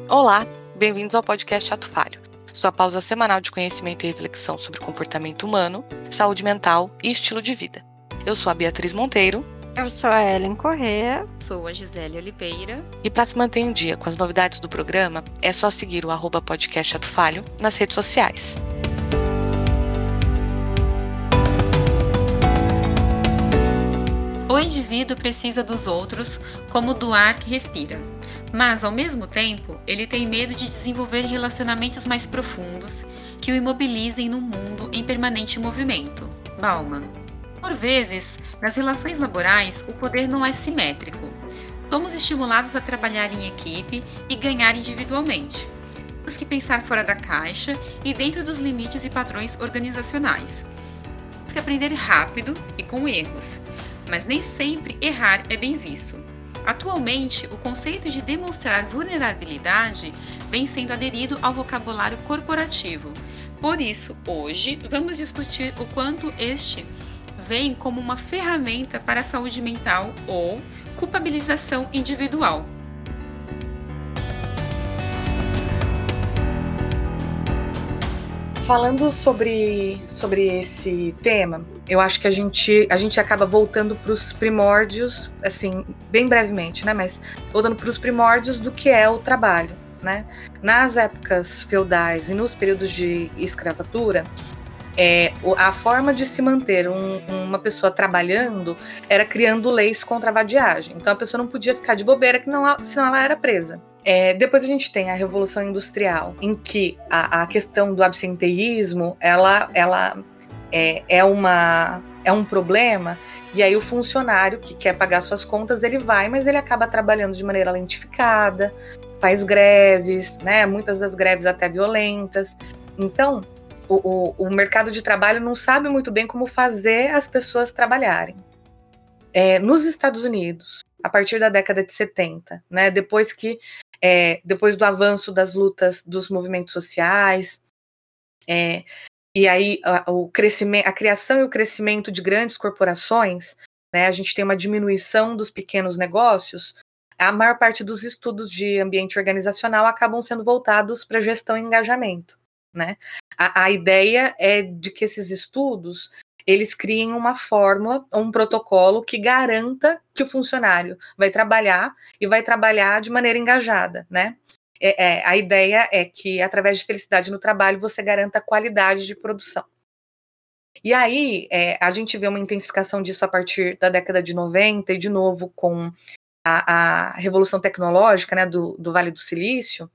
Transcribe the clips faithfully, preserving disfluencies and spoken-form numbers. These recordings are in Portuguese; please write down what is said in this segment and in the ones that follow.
Olá, bem-vindos ao podcast Ato Falho, sua pausa semanal de conhecimento e reflexão sobre comportamento humano, saúde mental e estilo de vida. Eu sou a Beatriz Monteiro. Eu sou a Ellen Corrêa. Sou a Gisele Oliveira. E para se manter em dia com as novidades do programa, é só seguir o arroba podcast Ato Falho nas redes sociais. O indivíduo precisa dos outros como do ar que respira, mas, ao mesmo tempo, ele tem medo de desenvolver relacionamentos mais profundos que o imobilizem num mundo em permanente movimento. Bauman. Por vezes, nas relações laborais, o poder não é simétrico. Somos estimulados a trabalhar em equipe e ganhar individualmente. Temos que pensar fora da caixa e dentro dos limites e padrões organizacionais. Temos que aprender rápido e com erros, mas nem sempre errar é bem visto. Atualmente, o conceito de demonstrar vulnerabilidade vem sendo aderido ao vocabulário corporativo. Por isso, hoje, vamos discutir o quanto este vem como uma ferramenta para a saúde mental ou culpabilização individual. Falando sobre, sobre esse tema, eu acho que a gente, a gente acaba voltando para os primórdios, assim, bem brevemente, né? Mas voltando para os primórdios do que é o trabalho, né? Nas épocas feudais e nos períodos de escravatura, é, a forma de se manter um, uma pessoa trabalhando era criando leis contra a vadiagem. Então a pessoa não podia ficar de bobeira, que não, senão ela era presa. É, depois a gente tem a Revolução Industrial, em que a, a questão do absenteísmo ela, ela é, é, uma, é um problema, e aí o funcionário que quer pagar suas contas, ele vai, mas ele acaba trabalhando de maneira lentificada, faz greves, né, muitas das greves até violentas. Então, o, o, o mercado de trabalho não sabe muito bem como fazer as pessoas trabalharem. É, nos Estados Unidos, a partir da década de setenta, né, depois que É, depois do avanço das lutas dos movimentos sociais, é, e aí a, o crescimento, a criação e o crescimento de grandes corporações, né, a gente tem uma diminuição dos pequenos negócios, a maior parte dos estudos de ambiente organizacional acabam sendo voltados para gestão e engajamento, né? A, a ideia é de que esses estudos eles criem uma fórmula, um protocolo que garanta que o funcionário vai trabalhar e vai trabalhar de maneira engajada, né? É, é, a ideia é que, através de felicidade no trabalho, você garanta qualidade de produção. E aí, é, a gente vê uma intensificação disso a partir da década de noventa e, de novo, com a, a revolução tecnológica, né, do, do Vale do Silício.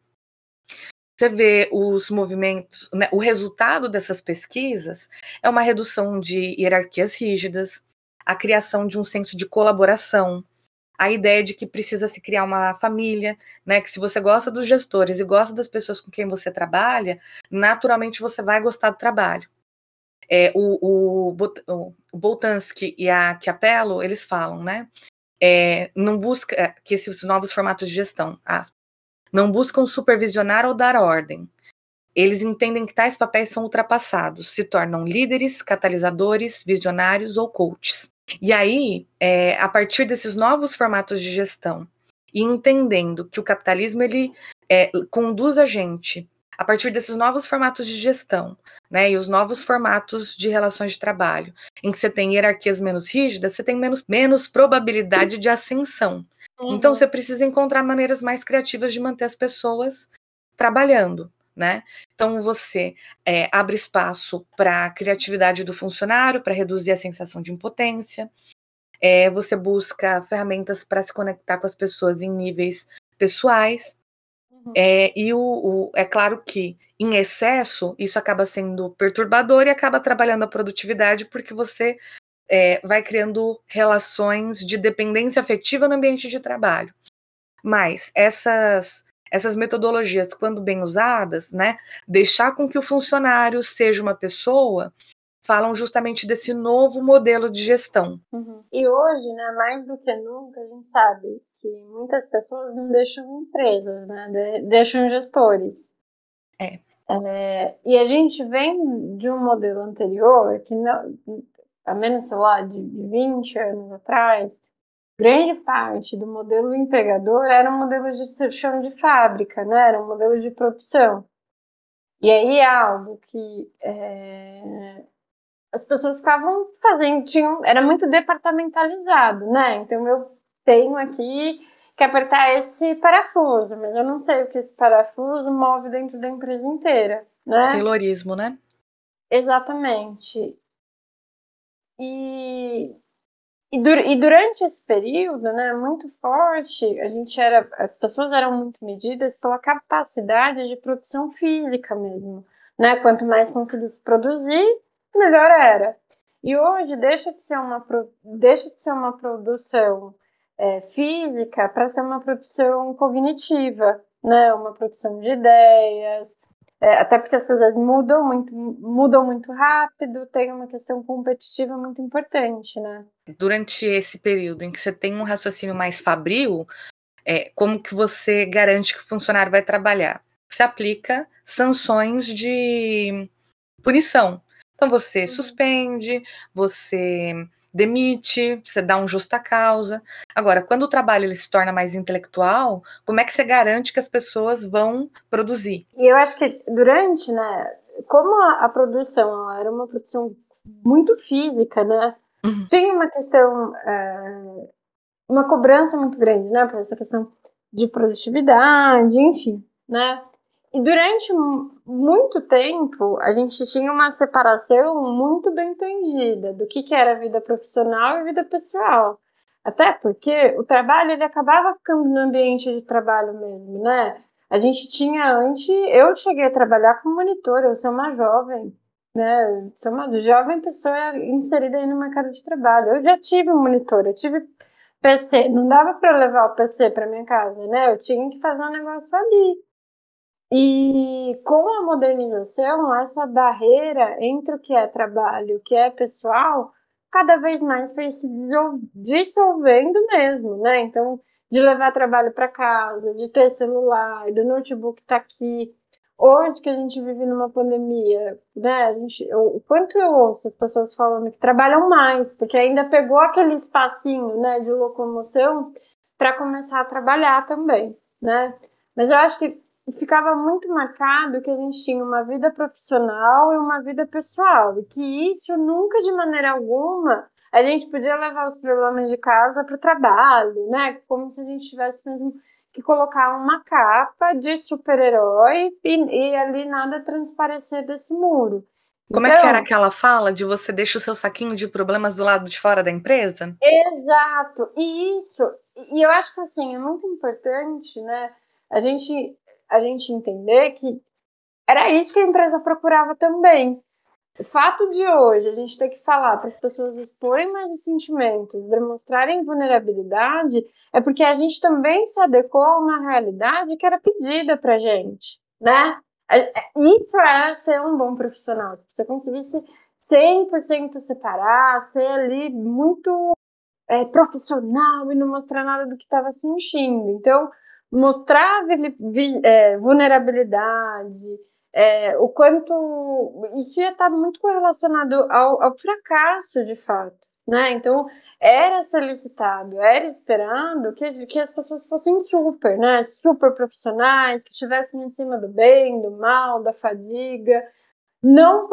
Você vê os movimentos, né, o resultado dessas pesquisas é uma redução de hierarquias rígidas, a criação de um senso de colaboração, a ideia de que precisa se criar uma família, né, que se você gosta dos gestores e gosta das pessoas com quem você trabalha, naturalmente você vai gostar do trabalho. É, o, o, o Boltanski e a Chiapello, eles falam, né, é, não busca que esses novos formatos de gestão, aspas, não buscam supervisionar ou dar ordem. Eles entendem que tais papéis são ultrapassados, se tornam líderes, catalisadores, visionários ou coaches. E aí, é, a partir desses novos formatos de gestão, e entendendo que o capitalismo ele é, conduz a gente, a partir desses novos formatos de gestão, né, e os novos formatos de relações de trabalho, em que você tem hierarquias menos rígidas, você tem menos, menos probabilidade de ascensão. Uhum. Então, você precisa encontrar maneiras mais criativas de manter as pessoas trabalhando, né? Então, você é, abre espaço para a criatividade do funcionário, para reduzir a sensação de impotência. É, você busca ferramentas para se conectar com as pessoas em níveis pessoais. Uhum. É, e o, o, é claro que, em excesso, isso acaba sendo perturbador e acaba trabalhando a produtividade, porque você É, vai criando relações de dependência afetiva no ambiente de trabalho. Mas essas, essas metodologias, quando bem usadas, né, deixar com que o funcionário seja uma pessoa, falam justamente desse novo modelo de gestão. Uhum. E hoje, né, mais do que nunca, a gente sabe que muitas pessoas não deixam empresas, né, de, deixam gestores. É. É, e a gente vem de um modelo anterior que não... a menos, sei lá, de vinte anos atrás, grande parte do modelo empregador era um modelo de chão de fábrica, né? Era um modelo de produção. E aí é algo que é, as pessoas ficavam fazendo, tinham, era muito departamentalizado, né? Então eu tenho aqui que apertar esse parafuso, mas eu não sei o que esse parafuso move dentro da empresa inteira, né? Taylorismo, né? Exatamente. E, e, dur e durante esse período, né, muito forte, a gente era, as pessoas eram muito medidas pela capacidade de produção física mesmo, né? Quanto mais conseguisse produzir, melhor era. E hoje deixa de ser uma, deixa de ser uma produção é, física para ser uma produção cognitiva, né? Uma produção de ideias, é, até porque as coisas mudam muito, mudam muito rápido, tem uma questão competitiva muito importante, né? Durante esse período em que você tem um raciocínio mais fabril, é, como que você garante que o funcionário vai trabalhar? Você aplica sanções de punição. Então você suspende, você demite, você dá um justa causa. Agora, quando o trabalho ele se torna mais intelectual, como é que você garante que as pessoas vão produzir? E eu acho que durante, né, como a, a produção era uma produção muito física, né, Uhum. tinha uma questão, é, uma cobrança muito grande, né, por essa questão de produtividade, enfim, né. E durante muito tempo, a gente tinha uma separação muito bem entendida do que, que era vida profissional e vida pessoal. Até porque o trabalho ele acabava ficando no ambiente de trabalho mesmo, né? A gente tinha antes, eu cheguei a trabalhar como monitor, eu sou uma jovem, né? Sou uma jovem pessoa inserida aí no mercado de trabalho. Eu já tive um monitor, eu tive P C, não dava para levar o P C para minha casa, né? Eu tinha que fazer um negócio ali. E com a modernização, essa barreira entre o que é trabalho e o que é pessoal, cada vez mais foi se dissolvendo mesmo, né? Então, de levar trabalho para casa, de ter celular, do notebook tá aqui. Hoje que a gente vive numa pandemia, né? A gente, eu, o quanto eu ouço as pessoas falando que trabalham mais, porque ainda pegou aquele espacinho, né, de locomoção para começar a trabalhar também, né? Mas eu acho que ficava muito marcado que a gente tinha uma vida profissional e uma vida pessoal, e que isso nunca, de maneira alguma, a gente podia levar os problemas de casa para o trabalho, né? Como se a gente tivesse mesmo que colocar uma capa de super-herói e, e ali nada transparecer desse muro. Como então, é que era aquela fala de você deixa o seu saquinho de problemas do lado de fora da empresa? Exato, e isso, e eu acho que assim, é muito importante, né, a gente, a gente entender que era isso que a empresa procurava também. O fato de hoje a gente ter que falar para as pessoas exporem mais os sentimentos, demonstrarem vulnerabilidade, é porque a gente também se adequou a uma realidade que era pedida para a gente, né? Isso é ser um bom profissional. Se você conseguisse cem por cento separar, ser ali muito é, profissional e não mostrar nada do que estava sentindo. Então, mostrar é, vulnerabilidade, é, o quanto isso ia estar muito correlacionado ao, ao fracasso, de fato, né? Então, era solicitado, era esperando que, que as pessoas fossem super, né? Super profissionais, que estivessem em cima do bem, do mal, da fadiga. Não,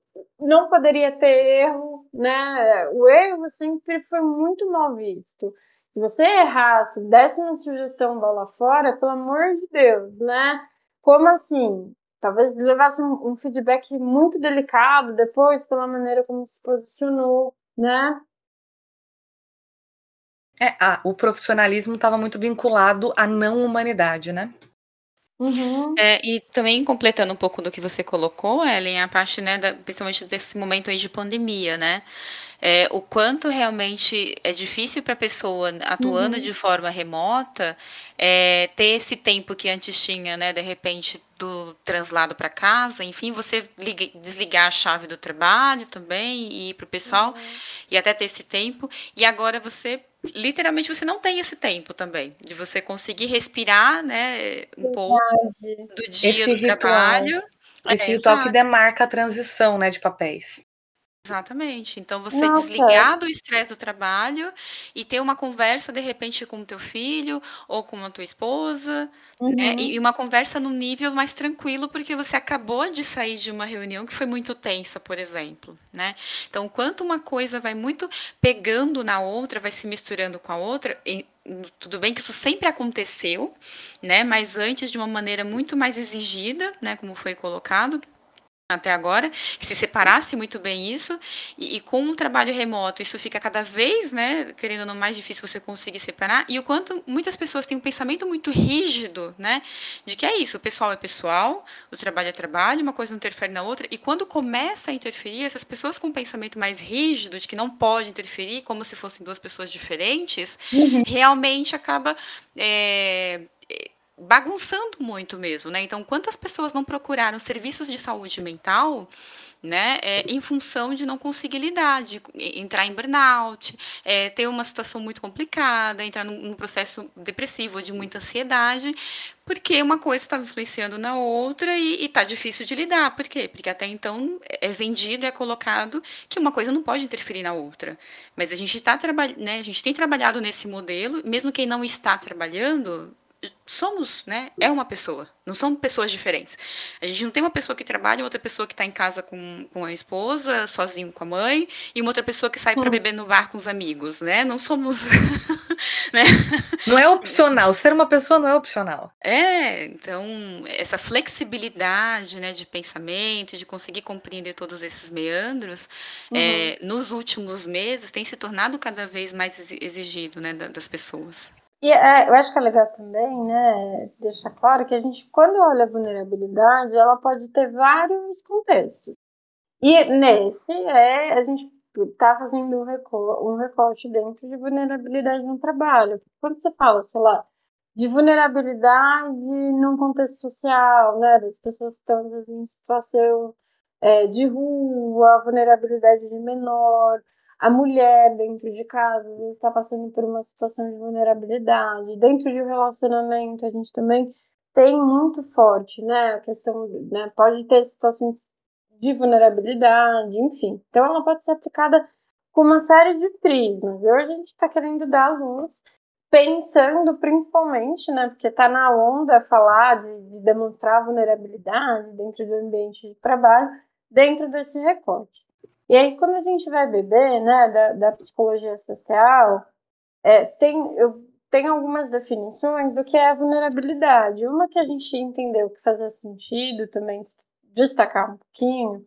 não poderia ter erro, né? O erro sempre foi muito mal visto. Se você errasse, desse uma sugestão bola fora, pelo amor de Deus, né? Como assim? Talvez levasse um, um feedback muito delicado depois, pela maneira como se posicionou, né? É, ah, o profissionalismo estava muito vinculado à não humanidade, né? Uhum. É, e também completando um pouco do que você colocou, Ellen, a parte, né, da, principalmente desse momento aí de pandemia, né? É, o quanto realmente é difícil para a pessoa atuando Uhum. de forma remota é, ter esse tempo que antes tinha, né, de repente, do translado para casa, enfim, você liga, desligar a chave do trabalho também e ir para o pessoal Uhum. e até ter esse tempo. E agora você literalmente você não tem esse tempo também de você conseguir respirar, né, um pouco do dia Esse do ritual, trabalho. esse É, ritual que exato. demarca a transição, né, de papéis. Exatamente. Então você Nossa, desligar do estresse do trabalho e ter uma conversa de repente com o teu filho ou com a tua esposa, né? E uhum, e uma conversa num nível mais tranquilo, porque você acabou de sair de uma reunião que foi muito tensa, por exemplo, né? Então, quanto uma coisa vai muito pegando na outra, vai se misturando com a outra, e, tudo bem que isso sempre aconteceu, né? Mas antes de uma maneira muito mais exigida, né? Como foi colocado até agora, que se separasse muito bem isso, e, e com um trabalho remoto isso fica cada vez, né, querendo ou não, mais difícil você conseguir separar, e o quanto muitas pessoas têm um pensamento muito rígido, né, de que é isso, o pessoal é pessoal, o trabalho é trabalho, uma coisa não interfere na outra, e quando começa a interferir, essas pessoas com um pensamento mais rígido, de que não pode interferir, como se fossem duas pessoas diferentes, uhum. realmente acaba é, bagunçando muito mesmo, né? Então, quantas pessoas não procuraram serviços de saúde mental, né, é, em função de não conseguir lidar, de entrar em burnout, é, ter uma situação muito complicada, entrar num, num processo depressivo, de muita ansiedade, porque uma coisa estava influenciando na outra e está difícil de lidar. Por quê? Porque até então é vendido, é colocado que uma coisa não pode interferir na outra. Mas a gente tá trabalhando, né, a gente tem trabalhado nesse modelo, mesmo quem não está trabalhando, somos, né? É uma pessoa, não são pessoas diferentes. A gente não tem uma pessoa que trabalha, outra pessoa que está em casa com, com a esposa, sozinho com a mãe, e uma outra pessoa que sai para Hum. beber no bar com os amigos, né? Não somos, né? Não é opcional. Ser uma pessoa não é opcional. É, então essa flexibilidade, né, de pensamento, de conseguir compreender todos esses meandros, Uhum. é, nos últimos meses tem se tornado cada vez mais exigido, né, das pessoas. E é, eu acho que é legal também, né, deixar claro que a gente, quando olha a vulnerabilidade, ela pode ter vários contextos. E nesse, é, a gente está fazendo um, reco um recorte dentro de vulnerabilidade no trabalho. Quando você fala, sei lá, de vulnerabilidade num contexto social, né, das pessoas que estão às vezes, em situação é, de rua, vulnerabilidade de menor, a mulher dentro de casa às vezes está passando por uma situação de vulnerabilidade. Dentro de um relacionamento, a gente também tem muito forte, né, a questão, né, pode ter situações de vulnerabilidade, enfim. Então, ela pode ser aplicada com uma série de prismas. E hoje a gente está querendo dar luz, pensando principalmente, né, porque está na onda falar de, de demonstrar vulnerabilidade dentro do ambiente de trabalho, dentro desse recorte. E aí, quando a gente vai beber, né, da, da psicologia social, é, tem, eu, tem algumas definições do que é a vulnerabilidade. Uma que a gente entendeu que fazia sentido também destacar um pouquinho,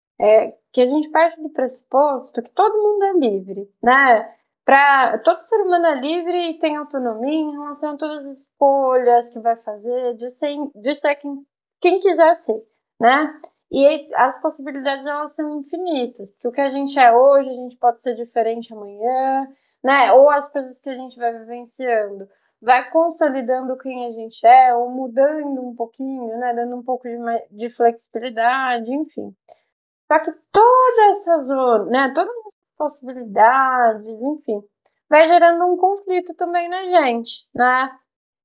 é que a gente parte do pressuposto que todo mundo é livre, né? Pra, todo ser humano é livre e tem autonomia em relação a todas as escolhas que vai fazer, de ser, de ser quem, quem quiser ser, né? E aí, as possibilidades, elas são infinitas, porque o que a gente é hoje, a gente pode ser diferente amanhã, né? Ou as coisas que a gente vai vivenciando vai consolidando quem a gente é, ou mudando um pouquinho, né? Dando um pouco de, de flexibilidade, enfim. Só que toda essa zona, né, todas as possibilidades, enfim, vai gerando um conflito também na gente, né?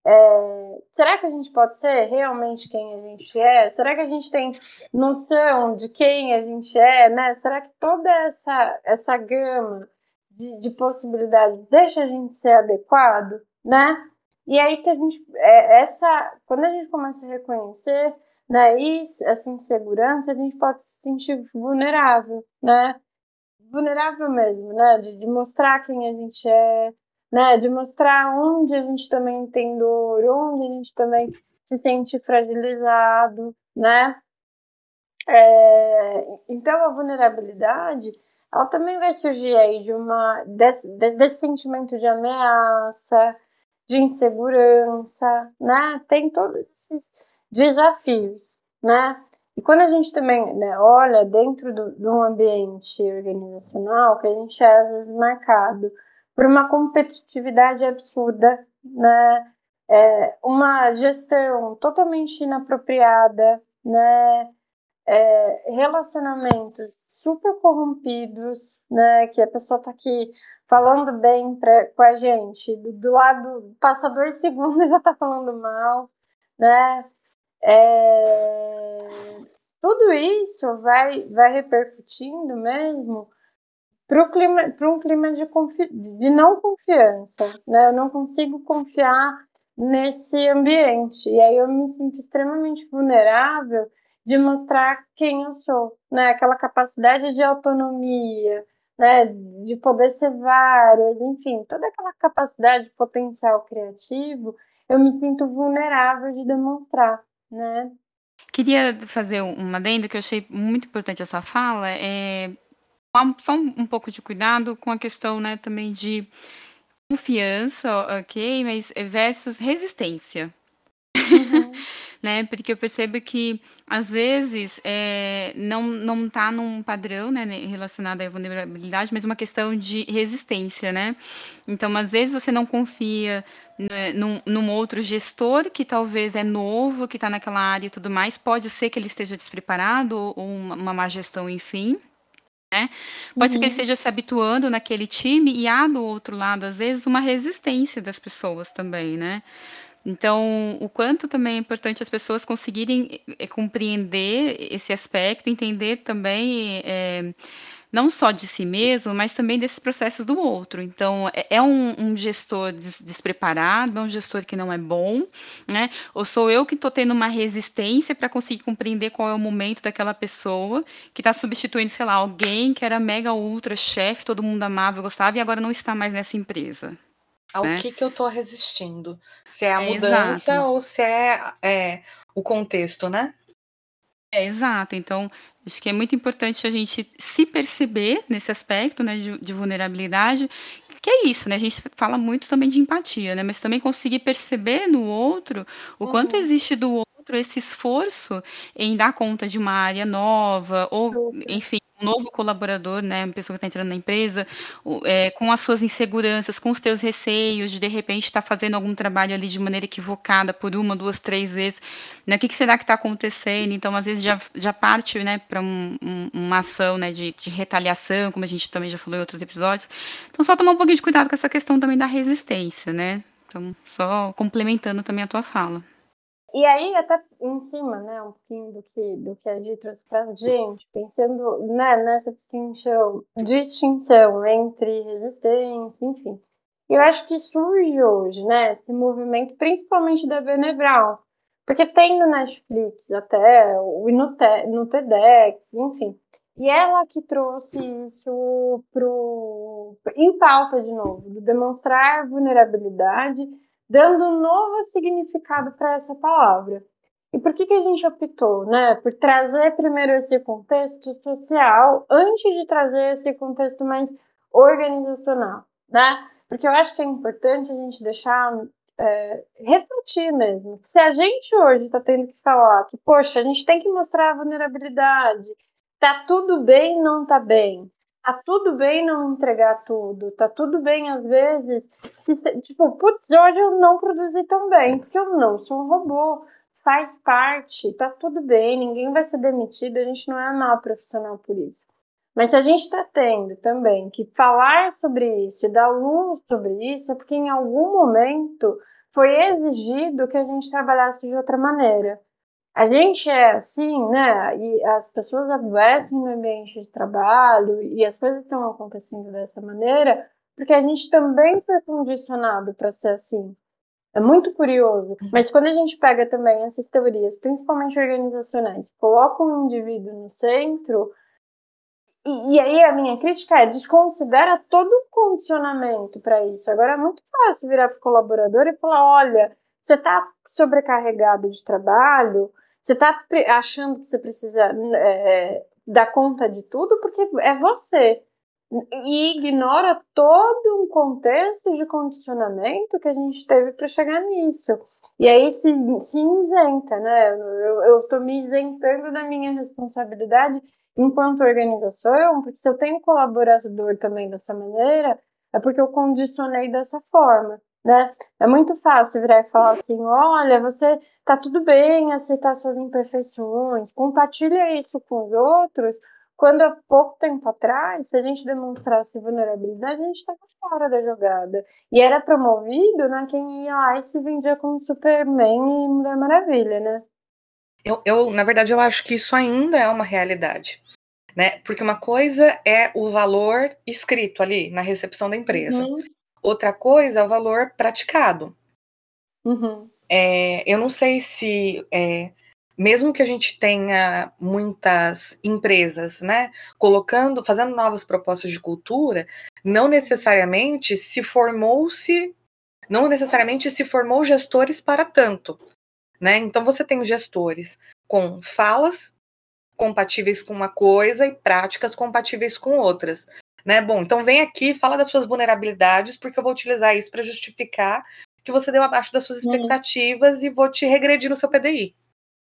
É, será que a gente pode ser realmente quem a gente é? Será que a gente tem noção de quem a gente é, né? Será que toda essa, essa gama de, de possibilidades deixa a gente ser adequado, né? E aí que a gente, é, essa, quando a gente começa a reconhecer, né, isso, essa insegurança, a gente pode se sentir vulnerável, né? Vulnerável mesmo, né? De, de mostrar quem a gente é, né? De mostrar onde a gente também tem dor, onde a gente também se sente fragilizado, né? É, então a vulnerabilidade, ela também vai surgir aí de uma desse, desse sentimento de ameaça, de insegurança, né? Tem todos esses desafios, né? E quando a gente também, né, olha dentro do, de um ambiente organizacional, que a gente é às vezes marcado por uma competitividade absurda, né? É, uma gestão totalmente inapropriada, né? É, relacionamentos super corrompidos, né? Que a pessoa tá aqui falando bem pra, com a gente, do, do lado, passa dois segundos e já tá falando mal, né? É, tudo isso vai, vai repercutindo mesmo para clima, um clima de, confi, de não confiança, né? Eu não consigo confiar nesse ambiente. E aí eu me sinto extremamente vulnerável de mostrar quem eu sou, né? Aquela capacidade de autonomia, né? De poder ser várias, enfim, toda aquela capacidade de potencial criativo, eu me sinto vulnerável de demonstrar, né? Queria fazer um adendo que eu achei muito importante essa fala, é só um, um pouco de cuidado com a questão, né, também de confiança, ok, mas versus resistência. Uhum. Né, porque eu percebo que, às vezes, é, não não está num padrão, né, relacionado à vulnerabilidade, mas uma questão de resistência, né. Então, às vezes, você não confia, né, num num outro gestor que talvez é novo, que está naquela área e tudo mais, pode ser que ele esteja despreparado ou ou uma uma má gestão, enfim, né. Pode ser que ele Uhum. esteja se habituando naquele time e há, do outro lado, às vezes, uma resistência das pessoas também, né. Então, o quanto também é importante as pessoas conseguirem eh, compreender esse aspecto, entender também, eh, não só de si mesmo, mas também desses processos do outro. Então, é é um um gestor des despreparado, é um gestor que não é bom, né, ou sou eu que estou tendo uma resistência para conseguir compreender qual é o momento daquela pessoa que está substituindo, sei lá, alguém que era mega ultra chefe, todo mundo amava e gostava e agora não está mais nessa empresa, Ao né. que que eu tô resistindo? Se é a É, exato. mudança ou se é, é o contexto, né? É, exato. Então, acho que é muito importante a gente se perceber nesse aspecto, né, de de vulnerabilidade, que é isso, né, a gente fala muito também de empatia, né, mas também conseguir perceber no outro o quanto Uhum. existe do outro esse esforço em dar conta de uma área nova ou, Super. enfim, um novo colaborador, né, uma pessoa que está entrando na empresa, o eh, com as suas inseguranças, com os teus receios de, de repente, estar fazendo algum trabalho ali de maneira equivocada por uma, duas, três vezes, né, o que que será que está acontecendo? Então, às vezes, já já parte, né, para um um uma ação, né, de de retaliação, como a gente também já falou em outros episódios. Então, só tomar um pouquinho de cuidado com essa questão também da resistência, né. Então, só complementando também a tua fala. E aí, até em cima, né, um pouquinho do que, do que a Gi trouxe pra gente, pensando, né, nessa distinção, distinção entre resistência, enfim. Eu acho que surge hoje, né, esse movimento, principalmente da Brené Brown, porque tem no Netflix até, e no, te, no TEDx, enfim. E ela que trouxe isso pro, em pauta de novo, do demonstrar vulnerabilidade, dando um novo significado para essa palavra. E por que, que a gente optou, né, por trazer primeiro esse contexto social antes de trazer esse contexto mais organizacional, né? Porque eu acho que é importante a gente deixar é, refletir mesmo. Se a gente hoje está tendo que falar que, poxa, a gente tem que mostrar a vulnerabilidade, tá tudo bem, não tá bem. Tá tudo bem não entregar tudo, tá tudo bem às vezes se, tipo, putz, hoje eu não produzi tão bem, porque eu não sou um robô, faz parte, tá tudo bem, ninguém vai ser demitido, a gente não é mal profissional por isso. Mas se a gente está tendo também que falar sobre isso e dar luz sobre isso, é porque em algum momento foi exigido que a gente trabalhasse de outra maneira. A gente é assim, né? E as pessoas adoecem no ambiente de trabalho e as coisas estão acontecendo dessa maneira porque a gente também foi condicionado para ser assim. É muito curioso. Mas quando a gente pega também essas teorias, principalmente organizacionais, coloca um indivíduo no centro, e, e aí a minha crítica é desconsidera todo o condicionamento para isso. Agora é muito fácil virar para o colaborador e falar: olha, você está sobrecarregado de trabalho, você está achando que você precisa é, dar conta de tudo porque é você. E ignora todo um contexto de condicionamento que a gente teve para chegar nisso. E aí se, se isenta, né? Eu estou me isentando da minha responsabilidade enquanto organização, porque se eu tenho colaborador também dessa maneira, é porque eu condicionei dessa forma, né? É muito fácil virar e falar assim, olha, você tá tudo bem aceitar suas imperfeições, compartilha isso com os outros, quando há pouco tempo atrás, se a gente demonstrasse vulnerabilidade, a gente estava fora da jogada. E era promovido, né, quem ia lá e se vendia como Superman e Mulher Maravilha, né? Eu, eu, na verdade, eu acho que isso ainda é uma realidade, né? Porque uma coisa é o valor escrito ali na recepção da empresa. Uhum. Outra coisa é o valor praticado. Uhum. É, eu não sei se, é, mesmo que a gente tenha muitas empresas, né, colocando, fazendo novas propostas de cultura, não necessariamente se formou-se, não necessariamente se formou gestores para tanto, né? Então você tem gestores com falas compatíveis com uma coisa e práticas compatíveis com outras, né? Bom, então vem aqui, fala das suas vulnerabilidades, porque eu vou utilizar isso para justificar que você deu abaixo das suas expectativas e vou te regredir no seu P D I.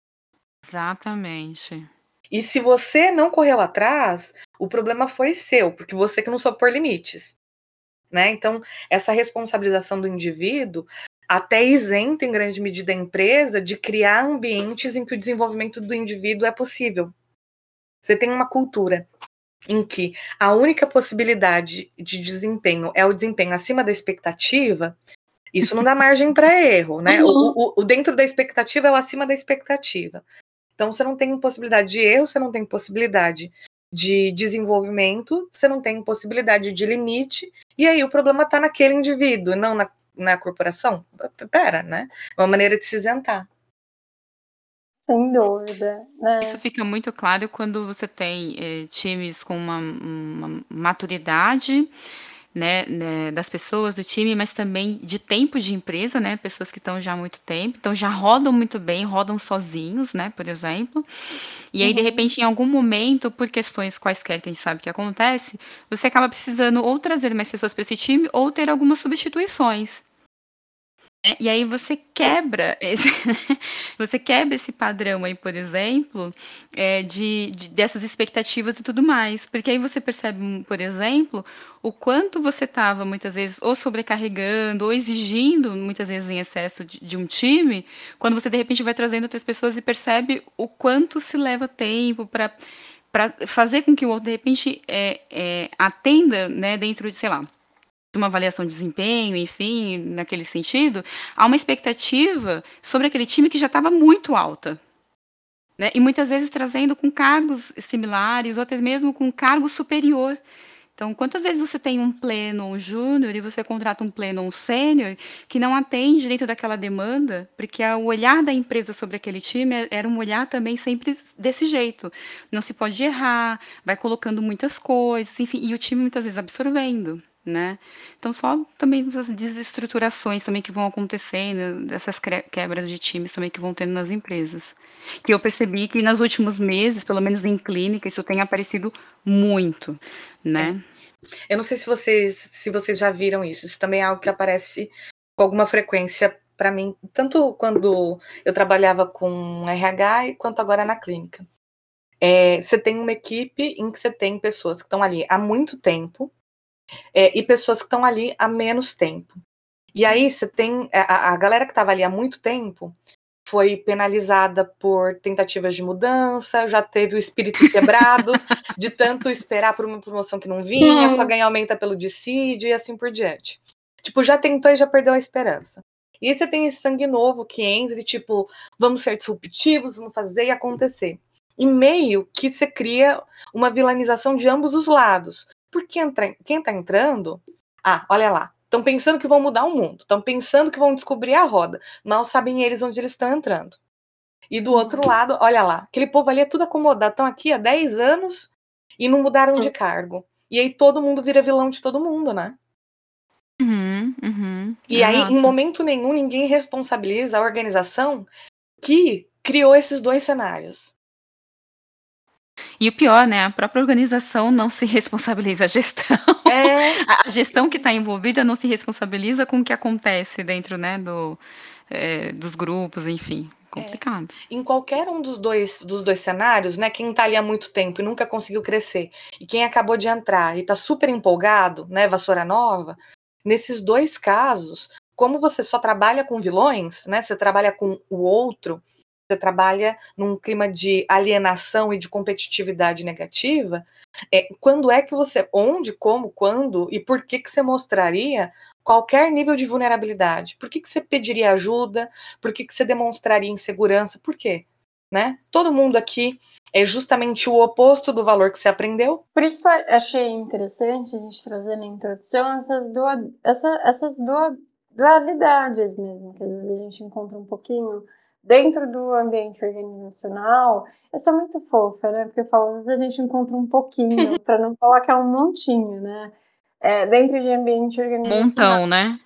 Exatamente. E se você não correu atrás, o problema foi seu, porque você que não soube pôr limites, né? Então, essa responsabilização do indivíduo até isenta em grande medida a empresa de criar ambientes em que o desenvolvimento do indivíduo é possível. Você tem uma cultura em que a única possibilidade de desempenho é o desempenho acima da expectativa, isso não dá margem para erro, né? Uhum. O, o, o dentro da expectativa é o acima da expectativa. Então, você não tem possibilidade de erro, você não tem possibilidade de desenvolvimento, você não tem possibilidade de limite, e aí o problema está naquele indivíduo, não na, na corporação. Pera, né? É uma maneira de se isentar. Sem dúvida, né? Isso fica muito claro quando você tem eh, times com uma, uma maturidade, né, né, das pessoas do time, mas também de tempo de empresa, né, pessoas que estão já há muito tempo, então já rodam muito bem, rodam sozinhos, né, por exemplo. E aí, de Uhum. repente, em algum momento, por questões quaisquer que a gente sabe que acontece, você acaba precisando ou trazer mais pessoas para esse time ou ter algumas substituições. É, e aí você quebra esse, você quebra esse padrão aí, por exemplo, é, de, de- dessas expectativas e tudo mais. Porque aí você percebe, hum, por exemplo, o quanto você estava muitas vezes ou sobrecarregando ou exigindo, muitas vezes em excesso de, de um time, quando você de repente vai trazendo outras pessoas e percebe o quanto se leva tempo para para fazer com que o outro de repente é, é, atenda, né, dentro de, sei lá, de uma avaliação de desempenho, enfim, naquele sentido, há uma expectativa sobre aquele time que já estava muito alta. Né? E muitas vezes trazendo com cargos similares, ou até mesmo com cargo superior. Então, quantas vezes você tem um pleno ou um júnior e você contrata um pleno ou um sênior que não atende dentro daquela demanda, porque o olhar da empresa sobre aquele time era um olhar também sempre desse jeito. Não se pode errar, vai colocando muitas coisas, enfim, e o time muitas vezes absorvendo. Né? Então, só também essas desestruturações também que vão acontecendo, dessas quebras de times também que vão tendo nas empresas. Que eu percebi que nos últimos meses, pelo menos em clínica, isso tem aparecido muito, né? É. Eu não sei se vocês, se vocês já viram isso. Isso também é algo que aparece com alguma frequência para mim, tanto quando eu trabalhava com R H quanto agora na clínica. É, você tem uma equipe em que você tem pessoas que estão ali há muito tempo, é, e pessoas que estão ali há menos tempo. E aí você tem a, a galera que estava ali há muito tempo foi penalizada por tentativas de mudança, já teve o espírito quebrado de tanto esperar por uma promoção que não vinha, só ganhar aumenta pelo dissídio e assim por diante. Tipo, já tentou e já perdeu a esperança. E aí você tem esse sangue novo que entra e tipo, vamos ser disruptivos, vamos fazer e acontecer. E meio que você cria uma vilanização de ambos os lados. Porque entra, quem tá entrando, ah, olha lá, estão pensando que vão mudar o mundo, estão pensando que vão descobrir a roda, mal sabem eles onde eles estão entrando. E do outro lado, olha lá, aquele povo ali é tudo acomodado, estão aqui há dez anos e não mudaram de cargo. E aí todo mundo vira vilão de todo mundo, né? Uhum, uhum, e aí, exato. em momento nenhum, ninguém responsabiliza a organização que criou esses dois cenários. E o pior, né? A própria organização não se responsabiliza, a gestão. É. A gestão que está envolvida não se responsabiliza com o que acontece dentro, né, do, é, dos grupos, enfim. Complicado. É. Em qualquer um dos dois, dos dois cenários, né? Quem está ali há muito tempo e nunca conseguiu crescer, e quem acabou de entrar e está super empolgado, né? Vassoura nova, nesses dois casos, como você só trabalha com vilões, né? Você trabalha com o outro, você trabalha num clima de alienação e de competitividade negativa, é, quando é que você, onde, como, quando e por que que você mostraria qualquer nível de vulnerabilidade? Por que que você pediria ajuda? Por que que você demonstraria insegurança? Por quê? né? Todo mundo aqui é justamente o oposto do valor que você aprendeu. Por isso que eu achei interessante a gente trazer na introdução essas, duas, essa, essas duas dualidades mesmo, que às vezes a gente encontra um pouquinho dentro do ambiente organizacional. Eu sou muito fofa, né? Porque eu falo, às vezes a gente encontra um pouquinho, para não falar que é um montinho, né? É, dentro de ambiente organizacional. Montão, né?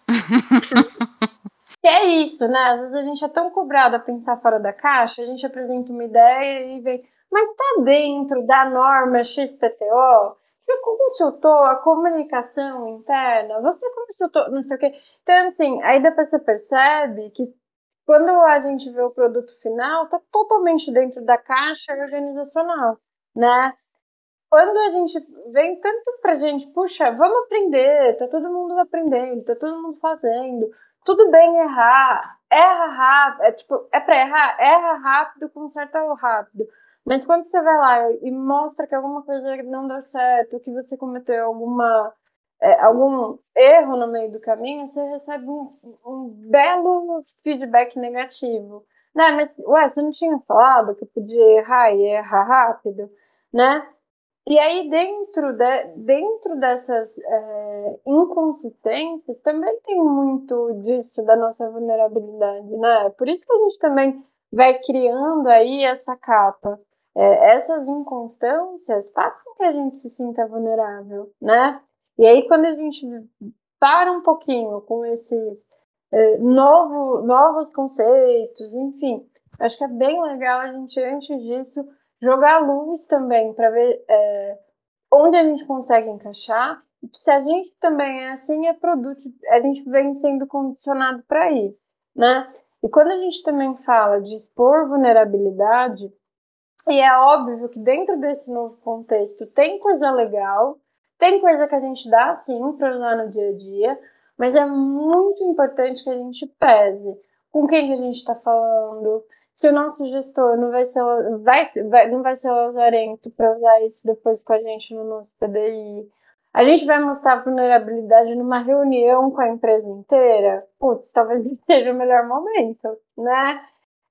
Que é isso, né? Às vezes a gente é tão cobrado a pensar fora da caixa, a gente apresenta uma ideia e vem, mas tá dentro da norma X P T O? Você consultou a comunicação interna? Você consultou não sei o quê? Então, assim, aí depois você percebe que quando a gente vê o produto final, tá totalmente dentro da caixa organizacional, né? Quando a gente vem tanto pra gente, puxa, vamos aprender, tá todo mundo aprendendo, tá todo mundo fazendo, tudo bem errar, erra rápido, é tipo, é pra errar, erra rápido, conserta rápido. Mas quando você vai lá e mostra que alguma coisa não deu certo, que você cometeu alguma, é, algum erro no meio do caminho, você recebe um, um belo feedback negativo. Né? Mas, ué, você não tinha falado que eu podia errar e errar rápido, né? E aí, dentro, de, dentro dessas é, inconsistências, também tem muito disso da nossa vulnerabilidade, né? Por isso que a gente também vai criando aí essa capa. É, essas inconstâncias fazem com que a gente se sinta vulnerável, né? E aí, quando a gente para um pouquinho com esses é, novo, novos conceitos, enfim, acho que é bem legal a gente, antes disso, jogar luz também para ver é, onde a gente consegue encaixar. Se a gente também é assim, é produto, a gente vem sendo condicionado para isso, né? E quando a gente também fala de expor vulnerabilidade, e é óbvio que dentro desse novo contexto tem coisa legal, tem coisa que a gente dá sim para usar no dia a dia, mas é muito importante que a gente pese com quem que a gente está falando, se o nosso gestor não vai ser, vai, vai, não vai ser lazarento para usar isso depois com a gente no nosso P D I. A gente vai mostrar vulnerabilidade numa reunião com a empresa inteira? Putz, talvez não seja o melhor momento, né?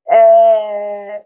É...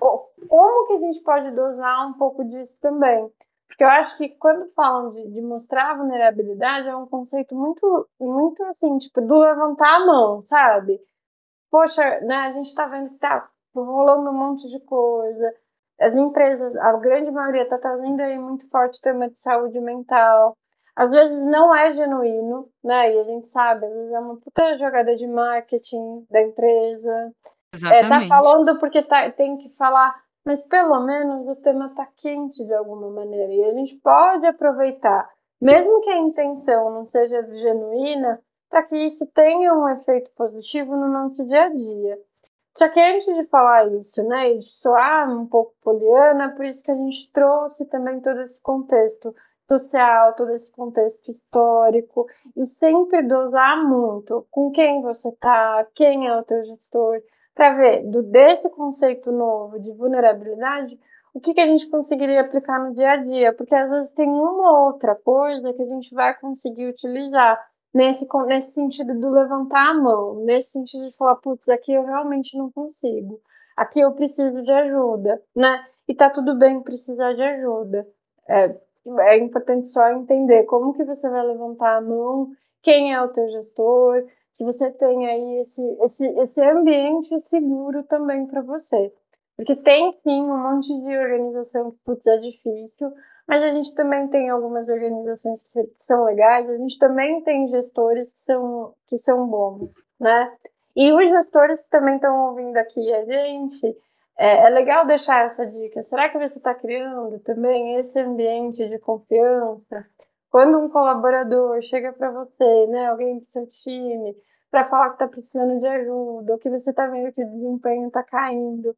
Como que a gente pode dosar um pouco disso também? Porque eu acho que quando falam de, de mostrar vulnerabilidade é um conceito muito, muito assim, tipo, do levantar a mão, sabe? Poxa, né, a gente está vendo que tá rolando um monte de coisa. As empresas, a grande maioria está trazendo aí muito forte o tema de saúde mental. Às vezes não é genuíno, né? E a gente sabe, às vezes é uma puta jogada de marketing da empresa. É, tá Exatamente. falando porque tá, tem que falar, mas pelo menos o tema tá quente de alguma maneira. E a gente pode aproveitar, mesmo que a intenção não seja genuína, para que isso tenha um efeito positivo no nosso dia a dia. Só que antes de falar isso, né, e de soar um pouco poliana, por isso que a gente trouxe também todo esse contexto social, todo esse contexto histórico, e sempre dosar muito com quem você tá, quem é o teu gestor, para ver do, desse conceito novo de vulnerabilidade, o que, que a gente conseguiria aplicar no dia a dia, porque às vezes tem uma outra coisa que a gente vai conseguir utilizar nesse, nesse sentido do levantar a mão, nesse sentido de falar, putz, aqui eu realmente não consigo, aqui eu preciso de ajuda, né? E tá tudo bem precisar de ajuda. É, é importante só entender como que você vai levantar a mão, quem é o teu gestor, se você tem aí esse, esse, esse ambiente seguro também para você. Porque tem sim um monte de organização que, putz, é difícil, mas a gente também tem algumas organizações que são legais, a gente também tem gestores que são, que são bons, né? E os gestores que também estão ouvindo aqui a gente, é, é legal deixar essa dica. Será que você está criando também esse ambiente de confiança? Quando um colaborador chega para você, né, alguém do seu time, para falar que está precisando de ajuda, ou que você está vendo que o desempenho está caindo,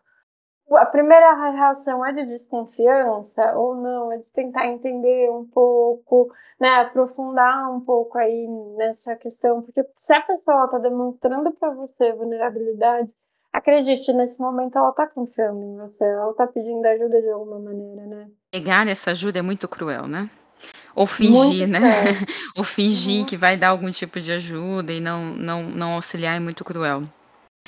a primeira reação é de desconfiança ou não? É de tentar entender um pouco, né, aprofundar um pouco aí nessa questão, porque se a pessoa está demonstrando para você vulnerabilidade, acredite, nesse momento ela está confiando em você, ela está pedindo ajuda de alguma maneira, né? Negar essa ajuda é muito cruel, né? Ou Muito fingir, né? sério. Ou fingir Uhum. que vai dar algum tipo de ajuda e não, não, não auxiliar é muito cruel.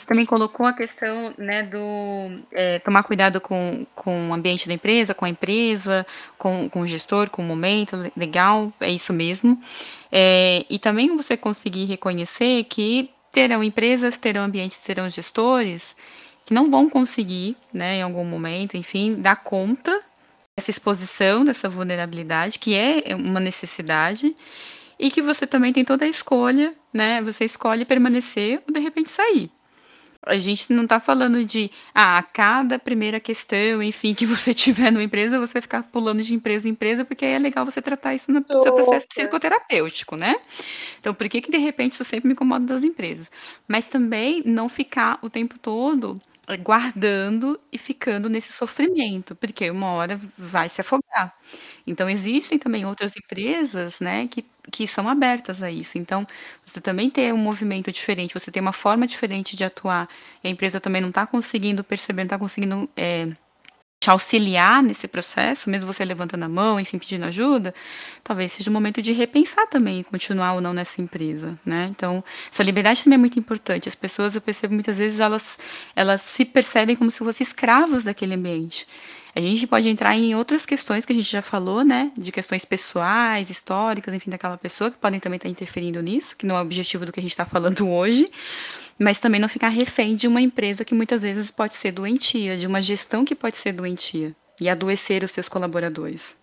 Você também colocou a questão, né, do é, tomar cuidado com, com o ambiente da empresa, com a empresa, com, com o gestor, com o momento, legal, é isso mesmo. É, e também você conseguir reconhecer que terão empresas, terão ambientes, terão gestores que não vão conseguir, né, em algum momento, enfim, dar conta dessa exposição, dessa vulnerabilidade, que é uma necessidade, e que você também tem toda a escolha, né, você escolhe permanecer ou de repente sair. A gente não está falando de, ah, a cada primeira questão, enfim, que você tiver numa empresa, você vai ficar pulando de empresa em empresa, porque aí é legal você tratar isso no seu processo Super. psicoterapêutico, né? Então, por que que de repente isso sempre me incomoda das empresas? Mas também não ficar o tempo todo eh, guardando e ficando nesse sofrimento, porque uma hora vai se afogar. Então, existem também outras empresas, né, que, que são abertas a isso. Então, você também ter um movimento diferente, você ter uma forma diferente de atuar, e a empresa também não está conseguindo perceber, não está conseguindo é, te auxiliar nesse processo, mesmo você levantando a mão, enfim, pedindo ajuda, talvez seja o momento de repensar também, continuar ou não nessa empresa, né? Então, essa liberdade também é muito importante. As pessoas, eu percebo muitas vezes, elas, elas se percebem como se fossem escravas daquele ambiente. A gente pode entrar em outras questões que a gente já falou, né? De questões pessoais, históricas, enfim, daquela pessoa, que podem também estar interferindo nisso, que não é o objetivo do que a gente está falando hoje, mas também não ficar refém de uma empresa que muitas vezes pode ser doentia, de uma gestão que pode ser doentia e adoecer os seus colaboradores.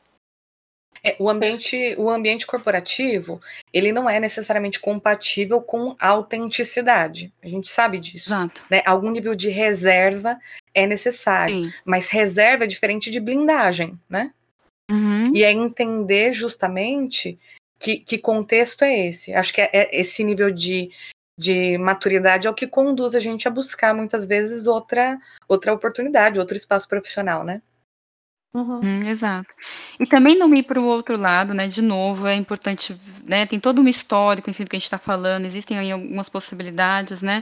É, o ambiente, o ambiente corporativo, ele não é necessariamente compatível com a autenticidade. A gente sabe disso. Exato. Né? Algum nível de reserva é necessário, Sim. mas reserva é diferente de blindagem, né? Uhum. E é entender justamente que, que contexto é esse. Acho que é, é esse nível de, de maturidade é o que conduz a gente a buscar muitas vezes outra, outra oportunidade, outro espaço profissional, né? Uhum. Hum, exato. E também não ir para o outro lado, né? De novo, é importante, né? Tem todo um histórico, enfim, do que a gente está falando, existem aí algumas possibilidades, né?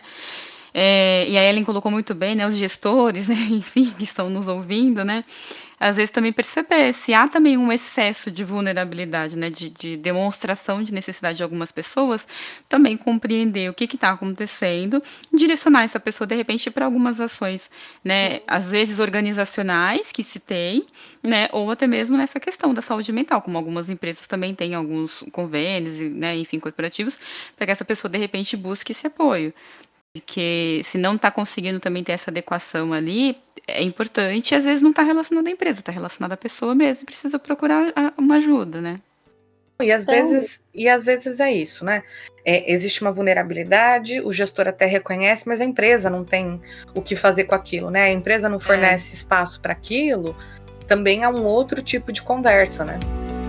É, e a Ellen colocou muito bem, né? Os gestores, né, enfim, que estão nos ouvindo, né? Às vezes também perceber se há também um excesso de vulnerabilidade, né? De, de demonstração de necessidade de algumas pessoas, também compreender o que está acontecendo, direcionar essa pessoa, de repente, para algumas ações, né? Às vezes organizacionais que se tem, né? Ou até mesmo nessa questão da saúde mental, como algumas empresas também têm alguns convênios, né? Enfim, corporativos, para que essa pessoa, de repente, busque esse apoio. Porque se não está conseguindo também ter essa adequação ali, é importante, e às vezes não está relacionado à empresa, está relacionado à pessoa mesmo, precisa procurar uma ajuda, né? E às, vezes, e às vezes é isso, né? É, existe uma vulnerabilidade, o gestor até reconhece, mas a empresa não tem o que fazer com aquilo, né? A empresa não fornece é. espaço para aquilo, também há um outro tipo de conversa, né?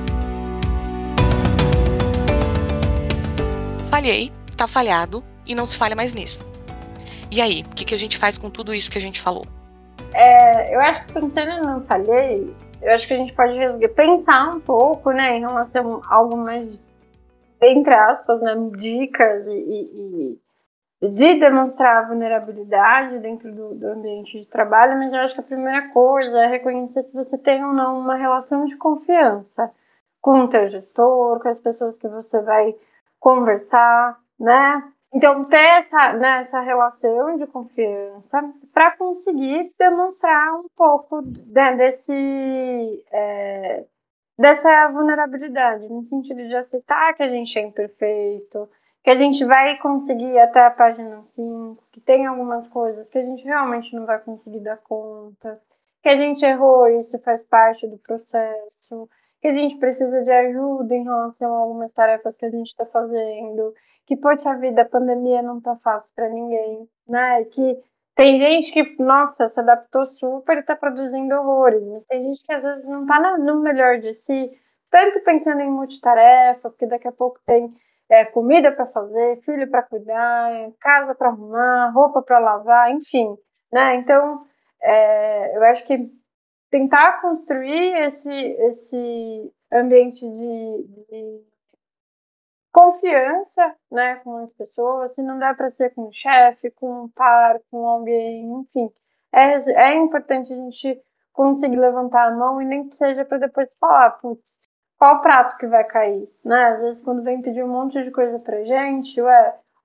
Falhei, tá falhado e não se falha mais nisso. E aí, o que, que a gente faz com tudo isso que a gente falou? É, eu acho que pensando no falhei, eu acho que a gente pode pensar um pouco, né, em relação a algumas, entre aspas, né, dicas e, e, e de demonstrar a vulnerabilidade dentro do, do ambiente de trabalho, mas eu acho que a primeira coisa é reconhecer se você tem ou não uma relação de confiança com o teu gestor, com as pessoas que você vai conversar, né? Então, ter essa, né, essa relação de confiança para conseguir demonstrar um pouco de, desse, é, dessa vulnerabilidade, no sentido de aceitar que a gente é imperfeito, que a gente vai conseguir ir até a página cinco, que tem algumas coisas que a gente realmente não vai conseguir dar conta, que a gente errou e isso faz parte do processo, que a gente precisa de ajuda em relação a algumas tarefas que a gente está fazendo, que, poxa vida, a pandemia não tá fácil para ninguém, né? Que tem gente que, nossa, se adaptou super e tá produzindo horrores, mas tem gente que às vezes não tá no melhor de si, tanto pensando em multitarefa, porque daqui a pouco tem é, comida para fazer, filho para cuidar, casa para arrumar, roupa para lavar, enfim, né? Então, é, eu acho que tentar construir esse, esse ambiente de, de confiança, né, com as pessoas, se não dá para ser com o chefe, com um par, com alguém, enfim, é, é importante a gente conseguir levantar a mão e nem que seja para depois falar, putz, qual prato que vai cair, né, às vezes quando vem pedir um monte de coisa pra gente, ué,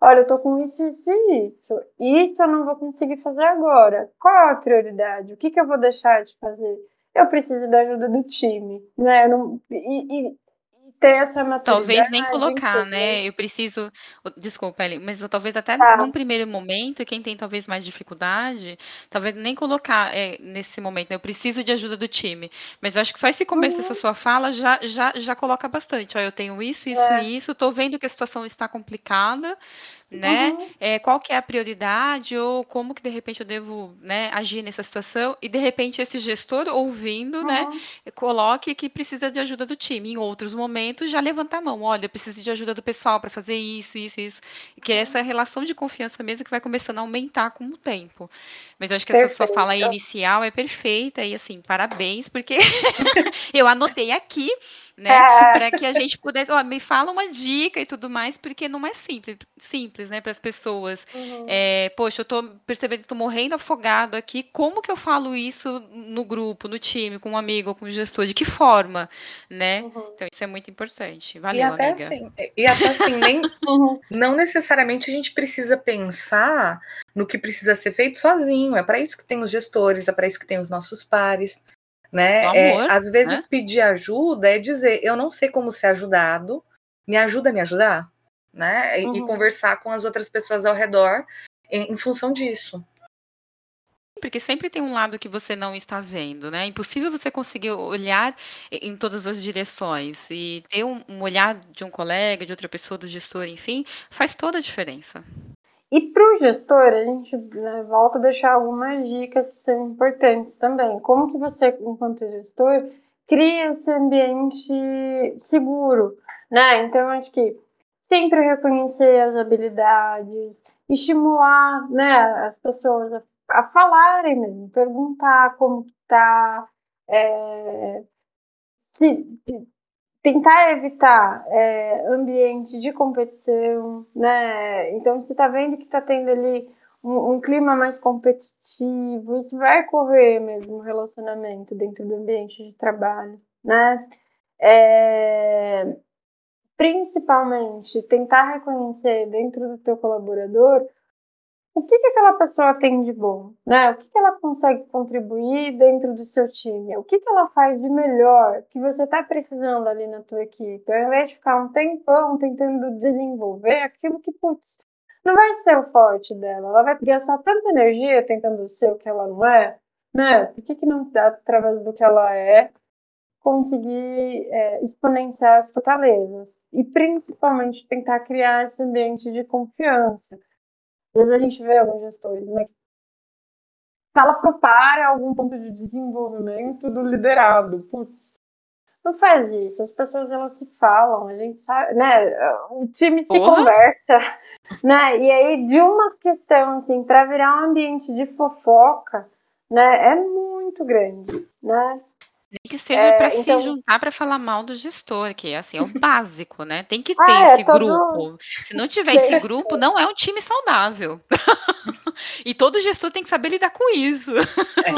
olha, eu tô com isso, isso e isso. Isso eu não vou conseguir fazer agora. Qual é a prioridade? O que, que eu vou deixar de fazer? Eu preciso da ajuda do time, né? Eu não, e, e- e ter essa Talvez nem maturidade, colocar, entender. né, eu preciso o desculpa, Eli, mas eu talvez até num Tá. primeiro momento, quem tem talvez mais dificuldade, talvez nem colocar, eh, nesse momento, né, eu preciso de ajuda do time, mas eu acho que só esse começo dessa Uhum, sua fala já já já coloca bastante. "Ó, eu tenho isso, isso é, e isso, tô vendo que a situação está complicada, né, uhum, eh, qual que é a prioridade ou como que de repente eu devo, né, agir nessa situação", e de repente esse gestor ouvindo, né, uhum, coloque que precisa de ajuda do time. Em outros momentos, já levanta a mão. Olha, eu preciso de ajuda do pessoal para fazer isso, isso, isso. E que é essa relação de confiança mesmo que vai começando a aumentar com o tempo. Mas eu acho que essa sua fala aí perfeito. inicial é perfeita e assim, parabéns, porque eu anotei aqui, né, É, para que a gente pudesse, ó, me fala uma dica e tudo mais, porque não é simples, simples, né, para as pessoas. uhum, É, poxa, eu tô percebendo que tô morrendo afogado aqui. Como que eu falo isso no grupo, no time, com um amigo ou com um gestor? De que forma, né? uhum, Então isso é muito importante. E Valeu, até amiga. assim, e até assim, nem uhum, não necessariamente a gente precisa pensar no que precisa ser feito sozinho. É para isso que tem os gestores, é para isso que tem os nossos pares, Do né? É, amor, às né? vezes pedir ajuda é dizer, eu não sei como ser ajudado, me ajuda a me ajudar, né? E, e uhum. conversar com as outras pessoas ao redor em, em função disso. Porque sempre tem um lado que você não está vendo, né? É impossível você conseguir olhar em todas as direções. E ter um, um olhar de um colega, de outra pessoa, do gestor, enfim, faz toda a diferença. E para o gestor, a gente, né, volta a deixar algumas dicas que são importantes também. Como que você, enquanto gestor, cria esse ambiente seguro, né? Então, acho que sempre reconhecer as habilidades, estimular, né, as pessoas a, a falarem mesmo, perguntar como que tá, é, se, tentar evitar é, ambiente de competição, né? Então, você está vendo que está tendo ali um, um, clima mais competitivo, isso vai correr mesmo um relacionamento dentro do ambiente de trabalho, né? É, principalmente, tentar reconhecer dentro do teu colaborador o que, que aquela pessoa tem de bom, né? O que, que ela consegue contribuir dentro do seu time? O que, que ela faz de melhor que você está precisando ali na tua equipe? Ao invés de ficar um tempão tentando desenvolver aquilo que, putz, não vai ser o forte dela. Ela vai gastar tanta energia tentando ser o que ela não é, né? Por que, que não dá, através do que ela é, conseguir é, exponenciar as fortalezas? E, principalmente, tentar criar esse ambiente de confiança. Às vezes a gente vê alguns gestores, né, fala pro par algum ponto de desenvolvimento do liderado. Putz, não faz isso. As pessoas elas se falam, a gente sabe, né? O time se Porra! conversa, né? E aí de uma questão assim para virar um ambiente de fofoca, né? É muito grande, né? Nem que seja para É, se então, juntar para falar mal do gestor, que é assim, é o básico, né? Tem que ter ah, é esse todo. grupo. Se não tiver esse grupo, não é um time saudável. E todo gestor tem que saber lidar com isso. É.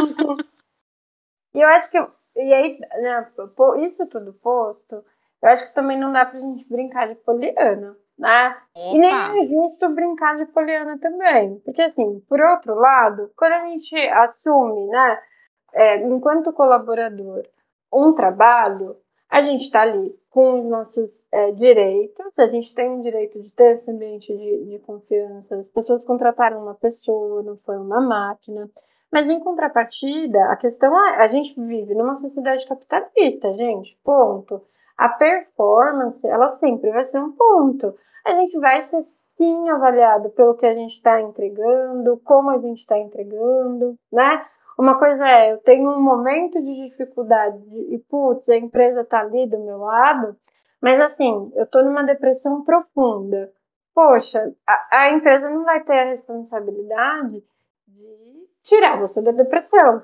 E eu acho que, e aí, né, isso tudo posto, eu acho que também não dá pra gente brincar de poliana, né? E Opa! nem é justo brincar de poliana também. Porque, assim, por outro lado, quando a gente assume, né, é, enquanto colaborador, um trabalho, a gente está ali com os nossos é, direitos, a gente tem o direito de ter esse ambiente de, de confiança, as pessoas contrataram uma pessoa, não foi uma máquina. Mas em contrapartida, a questão é, a gente vive numa sociedade capitalista, gente, ponto. A performance, ela sempre vai ser um ponto. A gente vai ser sim avaliado pelo que a gente está entregando, como a gente está entregando, né? Uma coisa é, eu tenho um momento de dificuldade e, putz, a empresa está ali do meu lado, mas assim, eu estou numa depressão profunda. Poxa, a, a empresa não vai ter a responsabilidade de tirar você da depressão,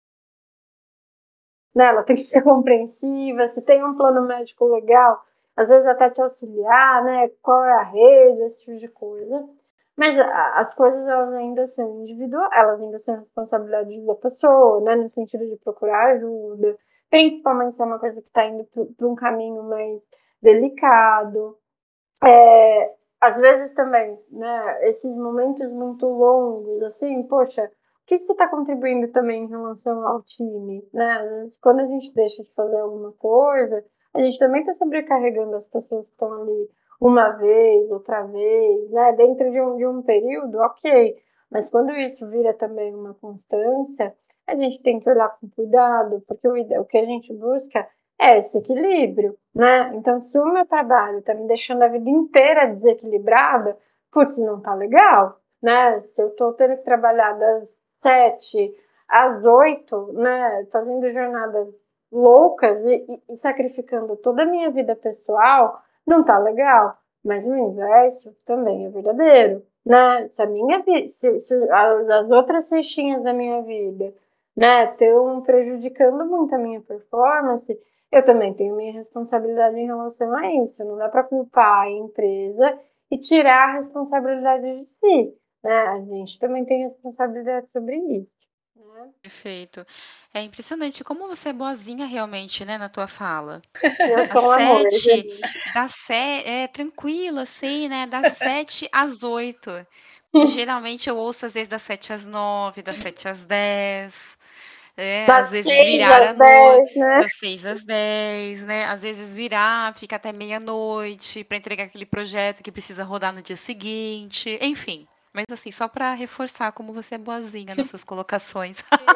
né? Ela tem que ser compreensiva, se tem um plano médico legal, às vezes até te auxiliar, né? Qual é a rede, esse tipo de coisa. Mas a, as coisas elas ainda são individuais, elas ainda são responsabilidade da pessoa, né? No sentido de procurar ajuda, principalmente se é uma coisa que está indo para um caminho mais delicado. É, às vezes também, né, esses momentos muito longos, assim, poxa, o que que você está contribuindo também em relação ao time, né? Às vezes, quando a gente deixa de fazer alguma coisa, a gente também está sobrecarregando as pessoas que estão ali uma vez, outra vez, né? Dentro de um, de um período, ok. Mas quando isso vira também uma constância, a gente tem que olhar com cuidado, porque o, ide- o que a gente busca é esse equilíbrio, né? Então, se o meu trabalho está me deixando a vida inteira desequilibrada, putz, não tá legal, né? Se eu estou tendo que trabalhar das sete às oito, né? Fazendo jornadas loucas e, e, e sacrificando toda a minha vida pessoal, não tá legal. Mas o inverso também é verdadeiro, né? Se a minha vida, se, se as, as outras cestinhas da minha vida, né, estão prejudicando muito a minha performance, eu também tenho minha responsabilidade em relação a isso. Não dá para culpar a empresa e tirar a responsabilidade de si, né? A gente também tem responsabilidade sobre isso, né? Perfeito. É impressionante como você é boazinha realmente, né, na tua fala. Eu Das sou um amor, sete, gente. das se, é tranquila, assim, né? Das sete às oito. Geralmente eu ouço às vezes das sete às nove, das sete às dez. É, às Das vezes seis virar à às noite, dez, né? das seis às dez, né? Às vezes virar, fica até meia-noite para entregar aquele projeto que precisa rodar no dia seguinte, enfim. Mas assim, só para reforçar como você é boazinha nas suas colocações.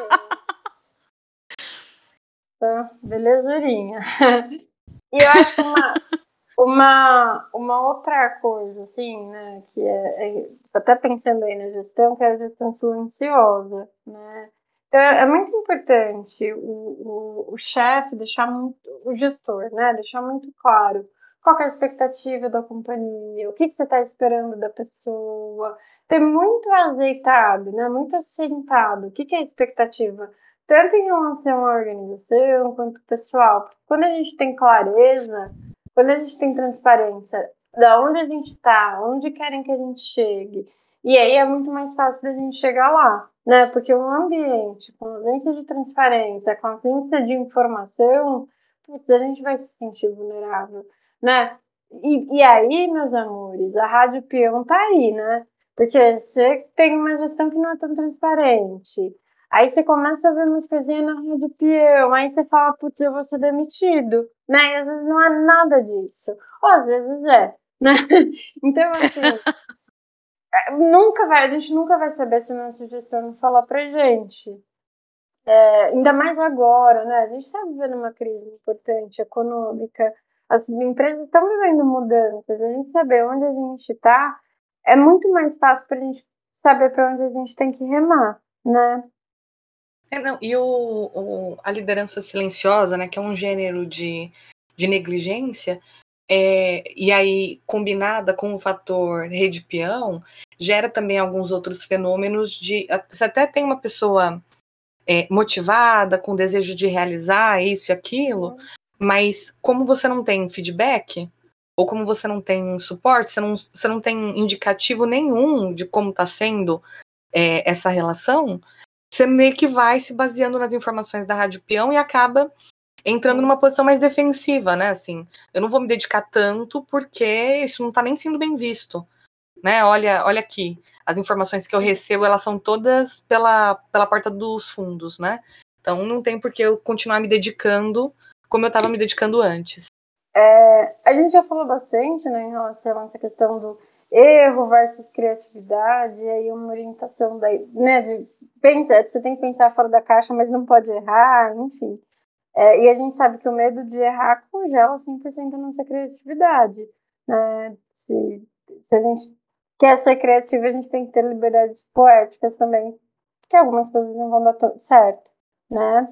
Tá, belezurinha. E eu acho que uma, uma, uma outra coisa, assim, né, que é, é, até pensando aí na gestão, que é a gestão silenciosa, né? Então, é muito importante o, o, o chefe deixar muito, o gestor, né, deixar muito claro qual que é a expectativa da companhia, o que, que você está esperando da pessoa, ter muito azeitado, né, muito assentado, o que, que é a expectativa, tanto em relação à organização quanto pessoal, porque quando a gente tem clareza, quando a gente tem transparência da onde a gente está, onde querem que a gente chegue, e aí é muito mais fácil da gente chegar lá, né? Porque um ambiente com ausência de transparência, com ausência de informação, putz, a gente vai se sentir vulnerável, né? E, e aí, meus amores, a Rádio Peão tá aí, né? Porque você tem uma gestão que não é tão transparente. Aí você começa a ver umas coisinhas na Rádio Peão, aí você fala, putz, eu vou ser demitido, né? E às vezes não é nada disso. Ou às vezes é, né? Então, assim, nunca vai, a gente nunca vai saber se a nossa gestão não falar pra gente. É, ainda mais agora, né? A gente está vivendo uma crise importante, econômica. As empresas estão vivendo mudanças. A gente saber onde a gente está é muito mais fácil para a gente saber para onde a gente tem que remar, né? É, não, e o, o- a liderança silenciosa, né, que é um gênero de, de negligência, é, e aí combinada com o fator rede peão, gera também alguns outros fenômenos de. Você até tem uma pessoa é, motivada, com desejo de realizar isso e aquilo, mas como você não tem feedback, ou como você não tem suporte, você não, você não tem indicativo nenhum de como está sendo é, essa relação, você meio que vai se baseando nas informações da Rádio Peão e acaba entrando numa posição mais defensiva, né? Assim, eu não vou me dedicar tanto porque isso não está nem sendo bem visto, né? Olha, olha aqui, as informações que eu recebo, elas são todas pela, pela porta dos fundos, né? Então não tem por que eu continuar me dedicando como eu estava me dedicando antes. É, a gente já falou bastante, né, em relação a essa questão do erro versus criatividade, e aí uma orientação daí, né, de pensar, você tem que pensar fora da caixa, mas não pode errar, enfim. É, e a gente sabe que o medo de errar congela cem por cento a nossa criatividade, né? Se, se a gente quer ser criativa, a gente tem que ter liberdades poéticas também, porque algumas coisas não vão dar tão certo, né?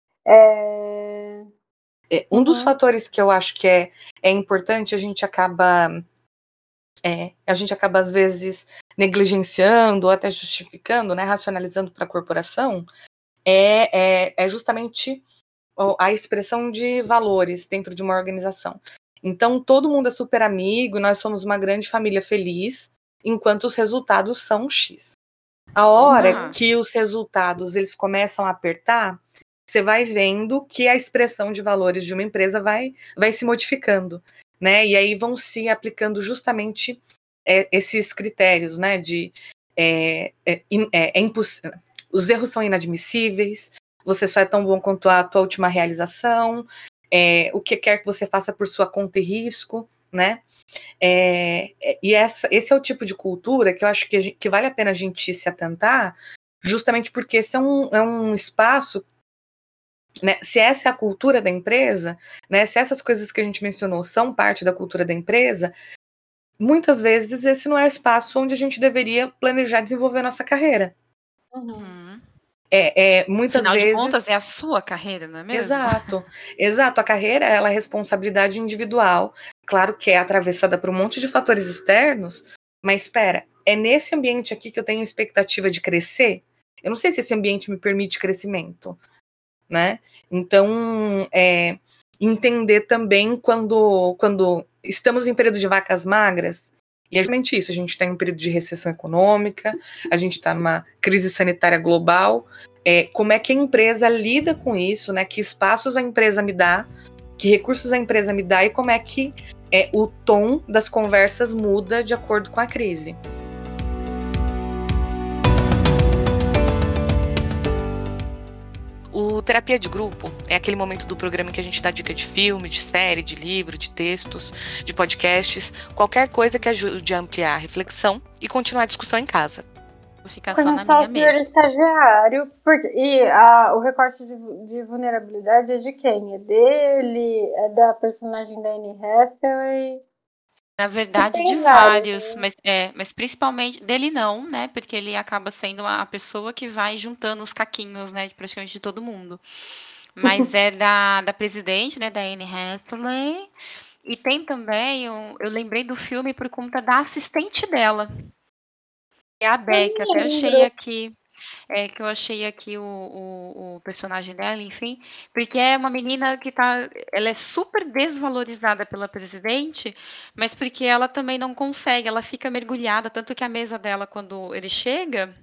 É... É, um uhum. dos fatores que eu acho que é, é importante, a gente acaba é, a gente acaba às vezes negligenciando ou até justificando, né, racionalizando para a corporação, é, é, é justamente a expressão de valores dentro de uma organização. Então, todo mundo é super amigo, nós somos uma grande família feliz, enquanto os resultados são X. A hora uhum. que os resultados eles começam a apertar, você vai vendo que a expressão de valores de uma empresa vai, vai se modificando, né? E aí vão se aplicando justamente é, esses critérios, né, de é, é, é, é imposs... os erros são inadmissíveis, você só é tão bom quanto a tua última realização, é, o que quer que você faça por sua conta e risco, né? É, e essa, esse é o tipo de cultura que eu acho que, a gente, que vale a pena a gente se atentar, justamente porque esse é um, é um espaço, né, se essa é a cultura da empresa, né, se essas coisas que a gente mencionou são parte da cultura da empresa, muitas vezes esse não é o espaço onde a gente deveria planejar desenvolver nossa carreira. Uhum. É, é, muitas Afinal vezes... de contas, é a sua carreira, não é mesmo? Exato, exato. A carreira, ela é responsabilidade individual. Claro que é atravessada por um monte de fatores externos, mas espera, é nesse ambiente aqui que eu tenho expectativa de crescer? Eu não sei se esse ambiente me permite crescimento, né? Então, é, entender também quando, quando estamos em período de vacas magras, e é justamente isso, a gente está em um período de recessão econômica, a gente está numa crise sanitária global, é, como é que a empresa lida com isso, né? Que espaços a empresa me dá, que recursos a empresa me dá e como é que é, o tom das conversas muda de acordo com a crise. O Terapia de Grupo é aquele momento do programa em que a gente dá dica de filme, de série, de livro, de textos, de podcasts, qualquer coisa que ajude a ampliar a reflexão e continuar a discussão em casa. Vou ficar só na Conhecer o minha senhor mesa. estagiário, porque, e a, o recorte de, de vulnerabilidade é de quem? É dele? É da personagem da Anne Hathaway? Na verdade, Tem de vários, vários, mas, é, mas principalmente dele não, né? Porque ele acaba sendo a pessoa que vai juntando os caquinhos, né? De praticamente de todo mundo. Mas é da, da presidente, né? Da Anne Hathaway. E tem também, um, eu lembrei do filme por conta da assistente dela, que é a Beck. Eu Até não achei lembro. aqui, é, que eu achei aqui o, o, o personagem dela, enfim, porque é uma menina que tá, ela é super desvalorizada pela presidente, mas porque ela também não consegue, ela fica mergulhada, tanto que a mesa dela, quando ele chega,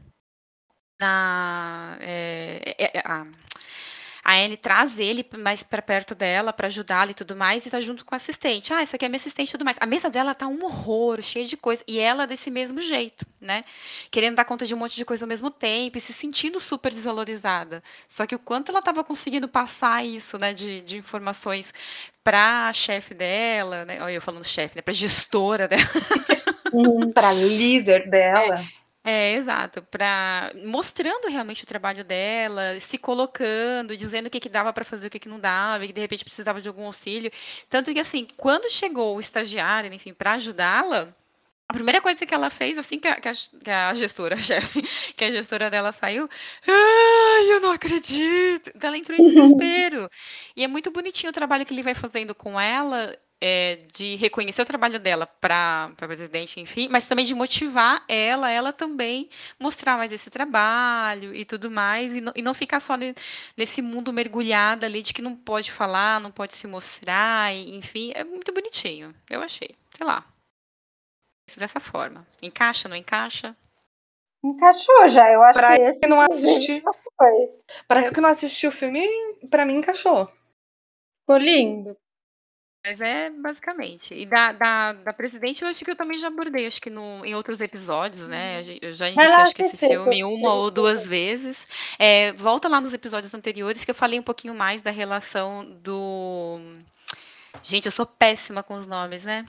na, é, é, é, a, a Anne traz ele mais para perto dela para ajudá-la e tudo mais, e tá junto com a assistente. Ah, essa aqui é minha assistente e tudo mais. A mesa dela tá um horror, cheia de coisa. E ela desse mesmo jeito, né? Querendo dar conta de um monte de coisa ao mesmo tempo e se sentindo super desvalorizada. Só que o quanto ela estava conseguindo passar isso, né, de, de informações para a chefe dela, né? Olha, eu falando chefe, né? Para gestora dela. Para líder dela. É. É, exato, para mostrando realmente o trabalho dela, se colocando, dizendo o que que dava para fazer, o que que não dava, e que de repente precisava de algum auxílio. Tanto que assim, quando chegou o estagiário, enfim, para ajudá-la, a primeira coisa que ela fez, assim que a, que a, que a gestora, a chefe, que a gestora dela saiu, ai, eu não acredito. Então ela entrou em desespero. E é muito bonitinho o trabalho que ele vai fazendo com ela, é, de reconhecer o trabalho dela para a presidente, enfim, mas também de motivar ela, ela também mostrar mais esse trabalho e tudo mais, e não, e não ficar só ne, nesse mundo mergulhada ali de que não pode falar, não pode se mostrar, e, enfim, é muito bonitinho, eu achei, sei lá. Dessa forma. Encaixa, não encaixa? Encaixou já, eu acho Pra que esse que não assisti, já foi. para eu que não assisti o filme, para mim encaixou. Ficou lindo. Mas é basicamente. E da, da, da presidente, eu acho que eu também já abordei, acho que no, em outros episódios, né? Eu já indiquei, Ela acho que esse assistiu, filme assistiu, uma ou duas assistiu. vezes. É, volta lá nos episódios anteriores que eu falei um pouquinho mais da relação do. Gente, eu sou péssima com os nomes, né?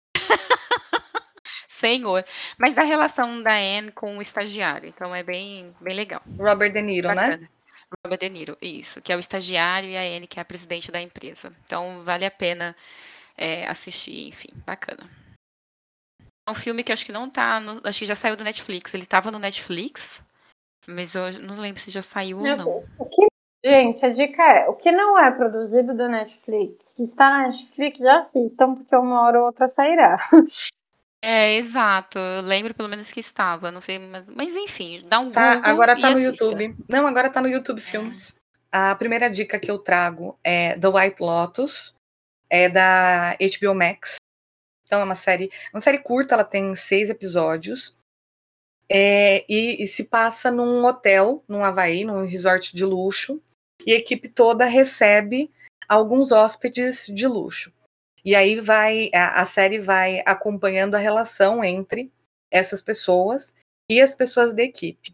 Senhor. Mas da relação da Anne com o estagiário. Então é bem, bem legal. Robert De Niro, Bacana. né? Robert De Niro, isso, que é o estagiário, e a Anne, que é a presidente da empresa. Então, vale a pena é, assistir, enfim, bacana. É um filme que acho que não tá, no, acho que já saiu do Netflix. Ele tava no Netflix, mas eu não lembro se já saiu ou não. O que, gente, a dica é, o que não é produzido da Netflix, que está na Netflix, já assistam, porque uma hora ou outra sairá. É, exato. Eu lembro pelo menos que estava, não sei, mas, mas enfim, dá um Tá, Google agora tá e no assista. YouTube. Não, agora tá no YouTube Filmes. A primeira dica que eu trago é The White Lotus, é da H B O Max. Então é uma série, uma série curta, ela tem seis episódios. É, e, e se passa num hotel, num Havaí, num resort de luxo. E a equipe toda recebe alguns hóspedes de luxo. E aí vai, a, a série vai acompanhando a relação entre essas pessoas e as pessoas da equipe.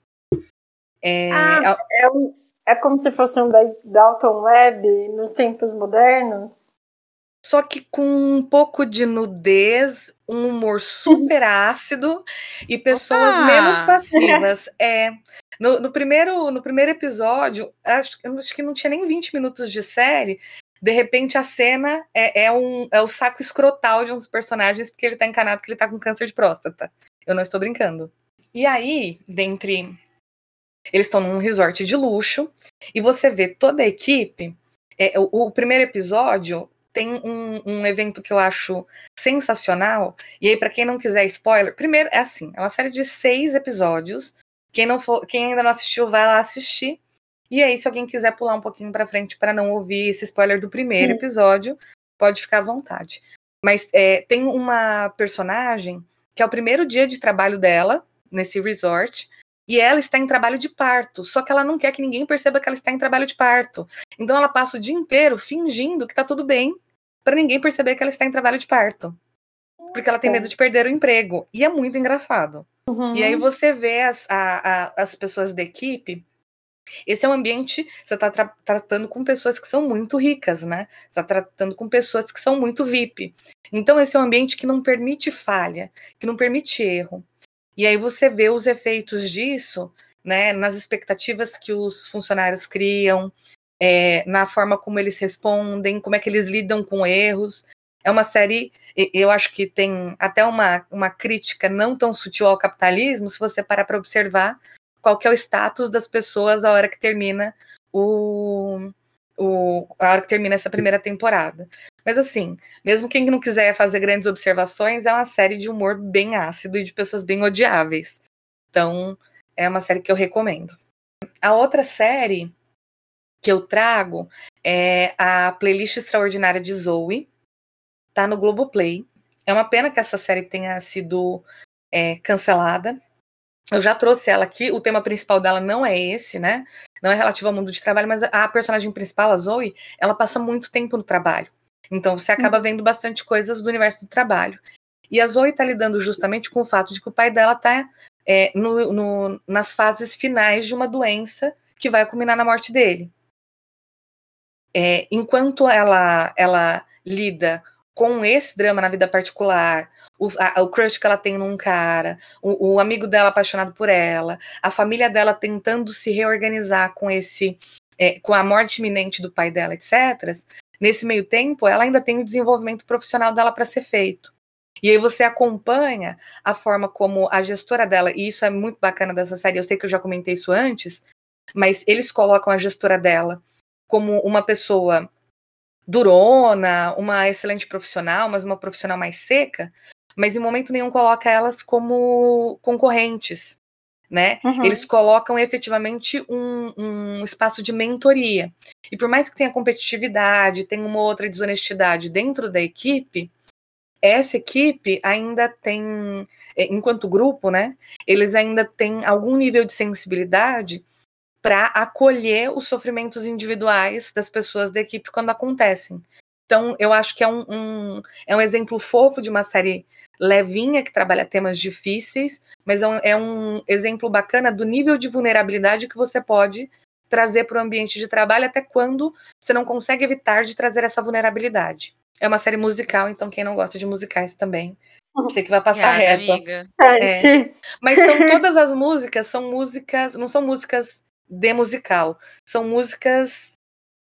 É, ah, é, um, é como se fosse um Dalton Web nos tempos modernos? Só que com um pouco de nudez, um humor super ácido e pessoas Opa! menos passivas. É, no, no, primeiro, no primeiro episódio, acho, acho que não tinha nem vinte minutos de série, de repente a cena é, é, um, é o saco escrotal de um dos personagens, porque ele tá encanado que ele tá com câncer de próstata. Eu não estou brincando. E aí, dentre... Eles estão num resort de luxo, e você vê toda a equipe... É, o, o primeiro episódio... Tem um, um evento que eu acho sensacional. E aí, para quem não quiser spoiler, primeiro é assim: é uma série de seis episódios. Quem, não for, quem ainda não assistiu, vai lá assistir. E aí, se alguém quiser pular um pouquinho para frente para não ouvir esse spoiler do primeiro episódio, pode ficar à vontade. Mas é, tem uma personagem que é o primeiro dia de trabalho dela nesse resort. E ela está em trabalho de parto, só que ela não quer que ninguém perceba que ela está em trabalho de parto. Então ela passa o dia inteiro fingindo que tá tudo bem, para ninguém perceber que ela está em trabalho de parto. Porque ela tem medo de perder o emprego. E é muito engraçado. Uhum. E aí você vê as, a, a, as pessoas da equipe. Esse é um ambiente, você está tra- tratando com pessoas que são muito ricas, né? Você está tratando com pessoas que são muito V I P. Então esse é um ambiente que não permite falha, que não permite erro. E aí você vê os efeitos disso, né, nas expectativas que os funcionários criam, é, na forma como eles respondem, como é que eles lidam com erros. É uma série, eu acho que tem até uma, uma crítica não tão sutil ao capitalismo, se você parar para observar qual que é o status das pessoas a hora que termina o, o, a hora que termina essa primeira temporada. Mas assim, mesmo quem não quiser fazer grandes observações, é uma série de humor bem ácido e de pessoas bem odiáveis. Então, é uma série que eu recomendo. A outra série que eu trago é a Playlist Extraordinária de Zoe. Tá no Globoplay. É uma pena que essa série tenha sido é, cancelada. Eu já trouxe ela aqui. O tema principal dela não é esse, né? Não é relativo ao mundo de trabalho, mas a personagem principal, a Zoe, ela passa muito tempo no trabalho. Então você acaba vendo bastante coisas do universo do trabalho. E a Zoe está lidando justamente com o fato de que o pai dela está é, no, no, nas fases finais de uma doença que vai culminar na morte dele. É, enquanto ela, ela lida com esse drama na vida particular, o, a, o crush que ela tem num cara, o, o amigo dela apaixonado por ela, a família dela tentando se reorganizar com esse, é, com a morte iminente do pai dela, etcétera. Nesse meio tempo, ela ainda tem o desenvolvimento profissional dela para ser feito. E aí você acompanha a forma como a gestora dela, e isso é muito bacana dessa série, eu sei que eu já comentei isso antes, mas eles colocam a gestora dela como uma pessoa durona, uma excelente profissional, mas uma profissional mais seca, mas em momento nenhum coloca elas como concorrentes, né? Uhum. Eles colocam efetivamente um, um espaço de mentoria. E por mais que tenha competitividade, tenha uma outra desonestidade dentro da equipe, essa equipe ainda tem, enquanto grupo, né? Eles ainda têm algum nível de sensibilidade para acolher os sofrimentos individuais das pessoas da equipe quando acontecem. Então, eu acho que é um, um, é um exemplo fofo de uma série levinha, que trabalha temas difíceis, mas é um, é um exemplo bacana do nível de vulnerabilidade que você pode trazer para o ambiente de trabalho, até quando você não consegue evitar de trazer essa vulnerabilidade. É uma série musical, então quem não gosta de musicais também, sei que vai passar Obrigada, reto. Amiga. É. Mas são todas as músicas, são músicas, não são músicas de musical, são músicas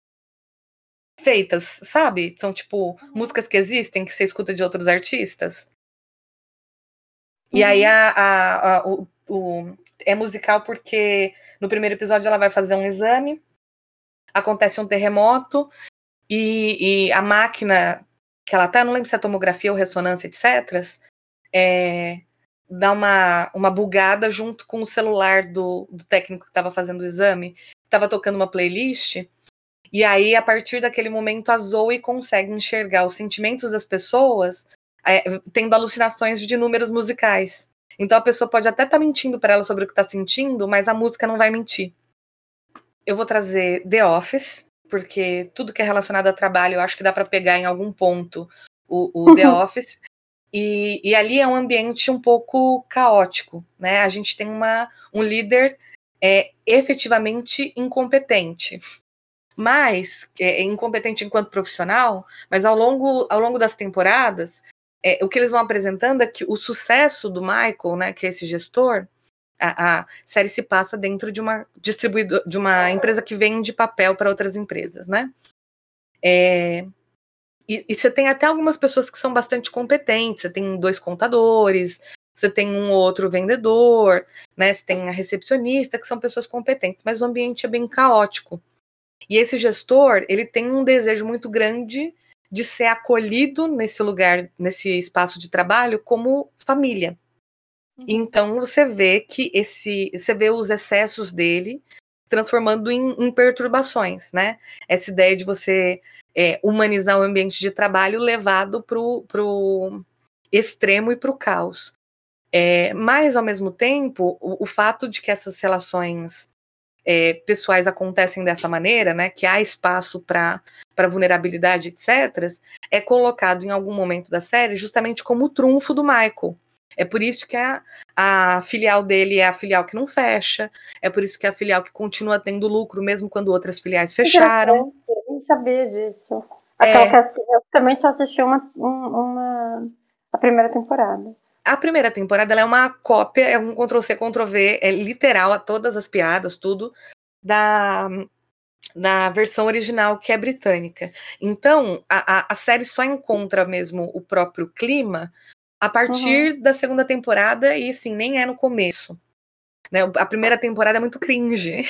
feitas, sabe? São tipo uhum. músicas que existem, que você escuta de outros artistas. Uhum. E aí a, a, a, o, o, é musical porque no primeiro episódio ela vai fazer um exame, acontece um terremoto e, e a máquina que ela tá, não lembro se é tomografia ou ressonância, etcétera, é, dá uma, uma bugada junto com o celular do, do técnico que estava fazendo o exame, estava tocando uma playlist. E aí, a partir daquele momento, a Zoe consegue enxergar os sentimentos das pessoas é, tendo alucinações de números musicais. Então, a pessoa pode até estar tá mentindo para ela sobre o que está sentindo, mas a música não vai mentir. Eu vou trazer The Office, porque tudo que é relacionado a trabalho, eu acho que dá para pegar em algum ponto o, o The Office, e, e ali é um ambiente um pouco caótico, né? A gente tem uma, um líder é, efetivamente incompetente, mas é, incompetente enquanto profissional, mas ao longo, ao longo das temporadas, é, o que eles vão apresentando é que o sucesso do Michael, né, que é esse gestor, a, a série se passa dentro de uma distribuidora, de uma empresa que vende papel para outras empresas, né? É, e, e você tem até algumas pessoas que são bastante competentes. Você tem dois contadores, você tem um outro vendedor, né? Você tem a recepcionista, que são pessoas competentes, mas o ambiente é bem caótico. E esse gestor, ele tem um desejo muito grande de ser acolhido nesse lugar, nesse espaço de trabalho, como família. Então você vê que esse, você vê os excessos dele se transformando em, em perturbações, né? Essa ideia de você é, humanizar o ambiente de trabalho levado para o extremo e para o caos. É, mas, ao mesmo tempo, o, o fato de que essas relações é, pessoais acontecem dessa maneira, né? Que há espaço para para vulnerabilidade, etcétera, é colocado em algum momento da série justamente como o trunfo do Michael. É por isso que a, a filial dele é a filial que não fecha, é por isso que é a filial que continua tendo lucro, mesmo quando outras filiais fecharam. Eu nem sabia disso. Aquela É, que assi- eu também só assisti uma, um- uma, a primeira temporada. a primeira temporada ela é uma cópia, é um Ctrl-C, Ctrl-V, é literal a todas as piadas, tudo, da, da versão original, que é britânica. Então, a, a, a série só encontra mesmo o próprio clima a partir Uhum. da segunda temporada, e assim, nem é no começo. Né? A primeira temporada é muito cringe.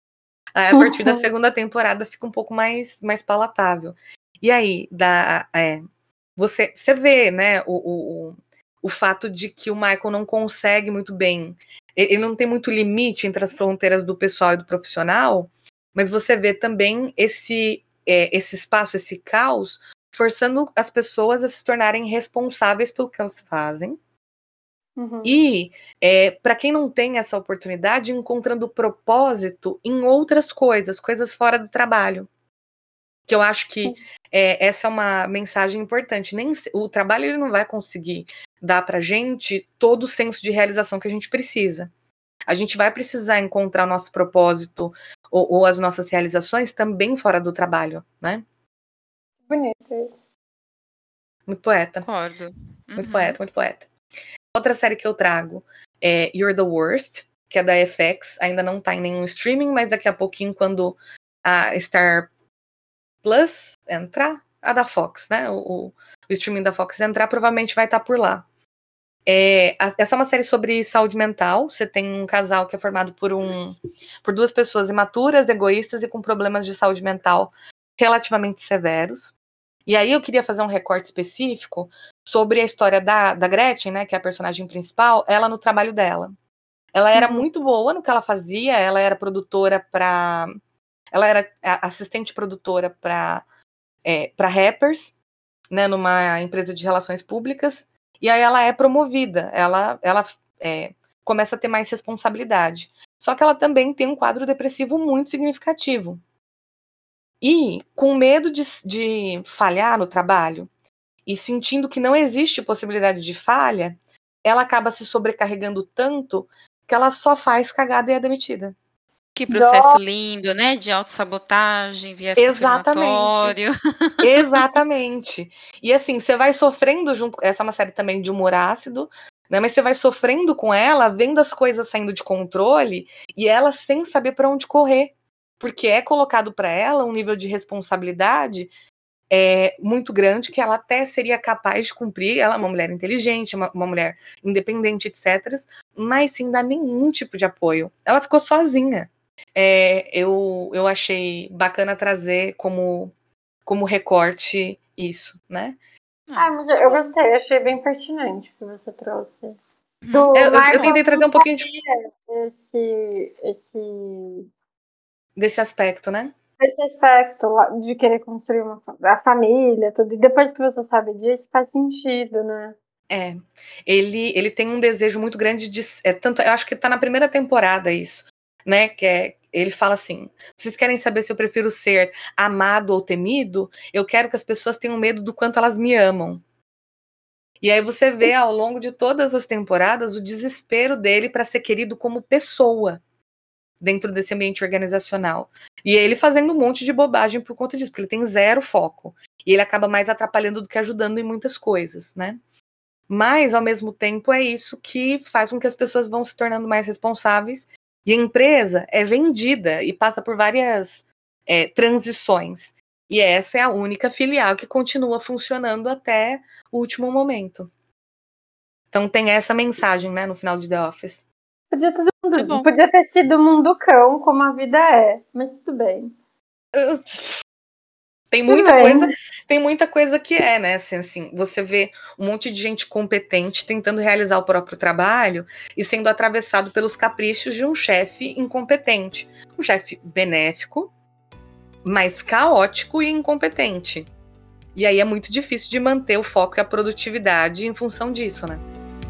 A partir da segunda temporada fica um pouco mais, mais palatável. E aí, da, é, você, você vê, né, o, o, o fato de que o Michael não consegue muito bem, ele não tem muito limite entre as fronteiras do pessoal e do profissional, mas você vê também esse, é, esse espaço, esse caos, forçando as pessoas a se tornarem responsáveis pelo que elas fazem. Uhum. E, é, para quem não tem essa oportunidade, encontrando propósito em outras coisas, coisas fora do trabalho. Que eu acho que é, essa é uma mensagem importante. Nem o trabalho ele não vai conseguir dar pra gente todo o senso de realização que a gente precisa. A gente vai precisar encontrar o nosso propósito ou, ou as nossas realizações também fora do trabalho, né? Bonito isso. Muito poeta. Concordo. Muito Uhum. poeta, muito poeta. Outra série que eu trago é You're the Worst, que é da F X. Ainda não tá em nenhum streaming, mas daqui a pouquinho, quando a Star Plus entrar, a da Fox, né? O, o streaming da Fox entrar, provavelmente vai estar por lá. É, essa é uma série sobre saúde mental. Você tem um casal que é formado por, um, por duas pessoas imaturas, egoístas e com problemas de saúde mental relativamente severos. E aí eu queria fazer um recorte específico sobre a história da, da Gretchen, né, que é a personagem principal, ela no trabalho dela. Ela era Uhum. muito boa no que ela fazia, ela era produtora para... Ela era assistente produtora para é, para rappers, né, numa empresa de relações públicas, e aí ela é promovida, ela, ela é, começa a ter mais responsabilidade. Só que ela também tem um quadro depressivo muito significativo. E com medo de, de falhar no trabalho e sentindo que não existe possibilidade de falha, ela acaba se sobrecarregando tanto que ela só faz cagada e é demitida. Que processo lindo, né? De autossabotagem, viés Exatamente. confirmatório. Exatamente. E assim, você vai sofrendo junto. Essa é uma série também de humor ácido, né? Mas você vai sofrendo com ela, vendo as coisas saindo de controle e ela sem saber para onde correr. Porque é colocado para ela um nível de responsabilidade é, muito grande que ela até seria capaz de cumprir. Ela é uma mulher inteligente, uma, uma mulher independente, etcétera, mas sem dar nenhum tipo de apoio. Ela ficou sozinha. É, eu, eu achei bacana trazer como, como recorte isso, né? Ah, mas eu, eu gostei, achei bem pertinente o que você trouxe. Uhum. Do Eu, eu, eu Michael, tentei trazer um pouquinho de, esse, esse, desse aspecto, né? esse aspecto lá de querer construir uma, fa- a família, tudo. E depois que você sabe disso, faz sentido, né? É, ele, ele tem um desejo muito grande de, é, tanto, eu acho que tá na primeira temporada isso, né, que é, ele fala assim, vocês querem saber se eu prefiro ser amado ou temido? Eu quero que as pessoas tenham medo do quanto elas me amam. E aí você vê ao longo de todas as temporadas o desespero dele para ser querido como pessoa dentro desse ambiente organizacional. E ele fazendo um monte de bobagem por conta disso, porque ele tem zero foco. E ele acaba mais atrapalhando do que ajudando em muitas coisas, né? Mas, ao mesmo tempo, é isso que faz com que as pessoas vão se tornando mais responsáveis. E a empresa é vendida e passa por várias é, transições. E essa é a única filial que continua funcionando até o último momento. Então tem essa mensagem, né, no final de The Office. Podia ter, mundo, podia ter sido o mundo cão, como a vida é, mas tudo bem. Tem muita tudo coisa, bem. Tem muita coisa que é, né? Assim, assim, você vê um monte de gente competente tentando realizar o próprio trabalho e sendo atravessado pelos caprichos de um chefe incompetente. Um chefe benéfico, mas caótico e incompetente. E aí é muito difícil de manter o foco e a produtividade em função disso, né?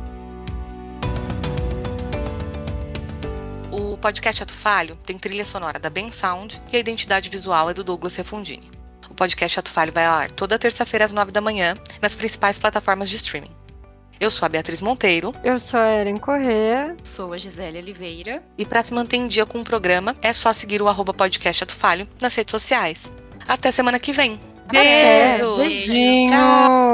O podcast Ato Falho tem trilha sonora da Ben Sound e a identidade visual é do Douglas Refundini. O podcast Ato Falho vai ao ar toda terça-feira às nove da manhã nas principais plataformas de streaming. Eu sou a Beatriz Monteiro. Eu sou a Erin Corrêa. Sou a Gisele Oliveira. E para se manter em dia com o programa, é só seguir o arroba podcast Ato Falho nas redes sociais. Até semana que vem. Beijo! Beijinho! Tchau!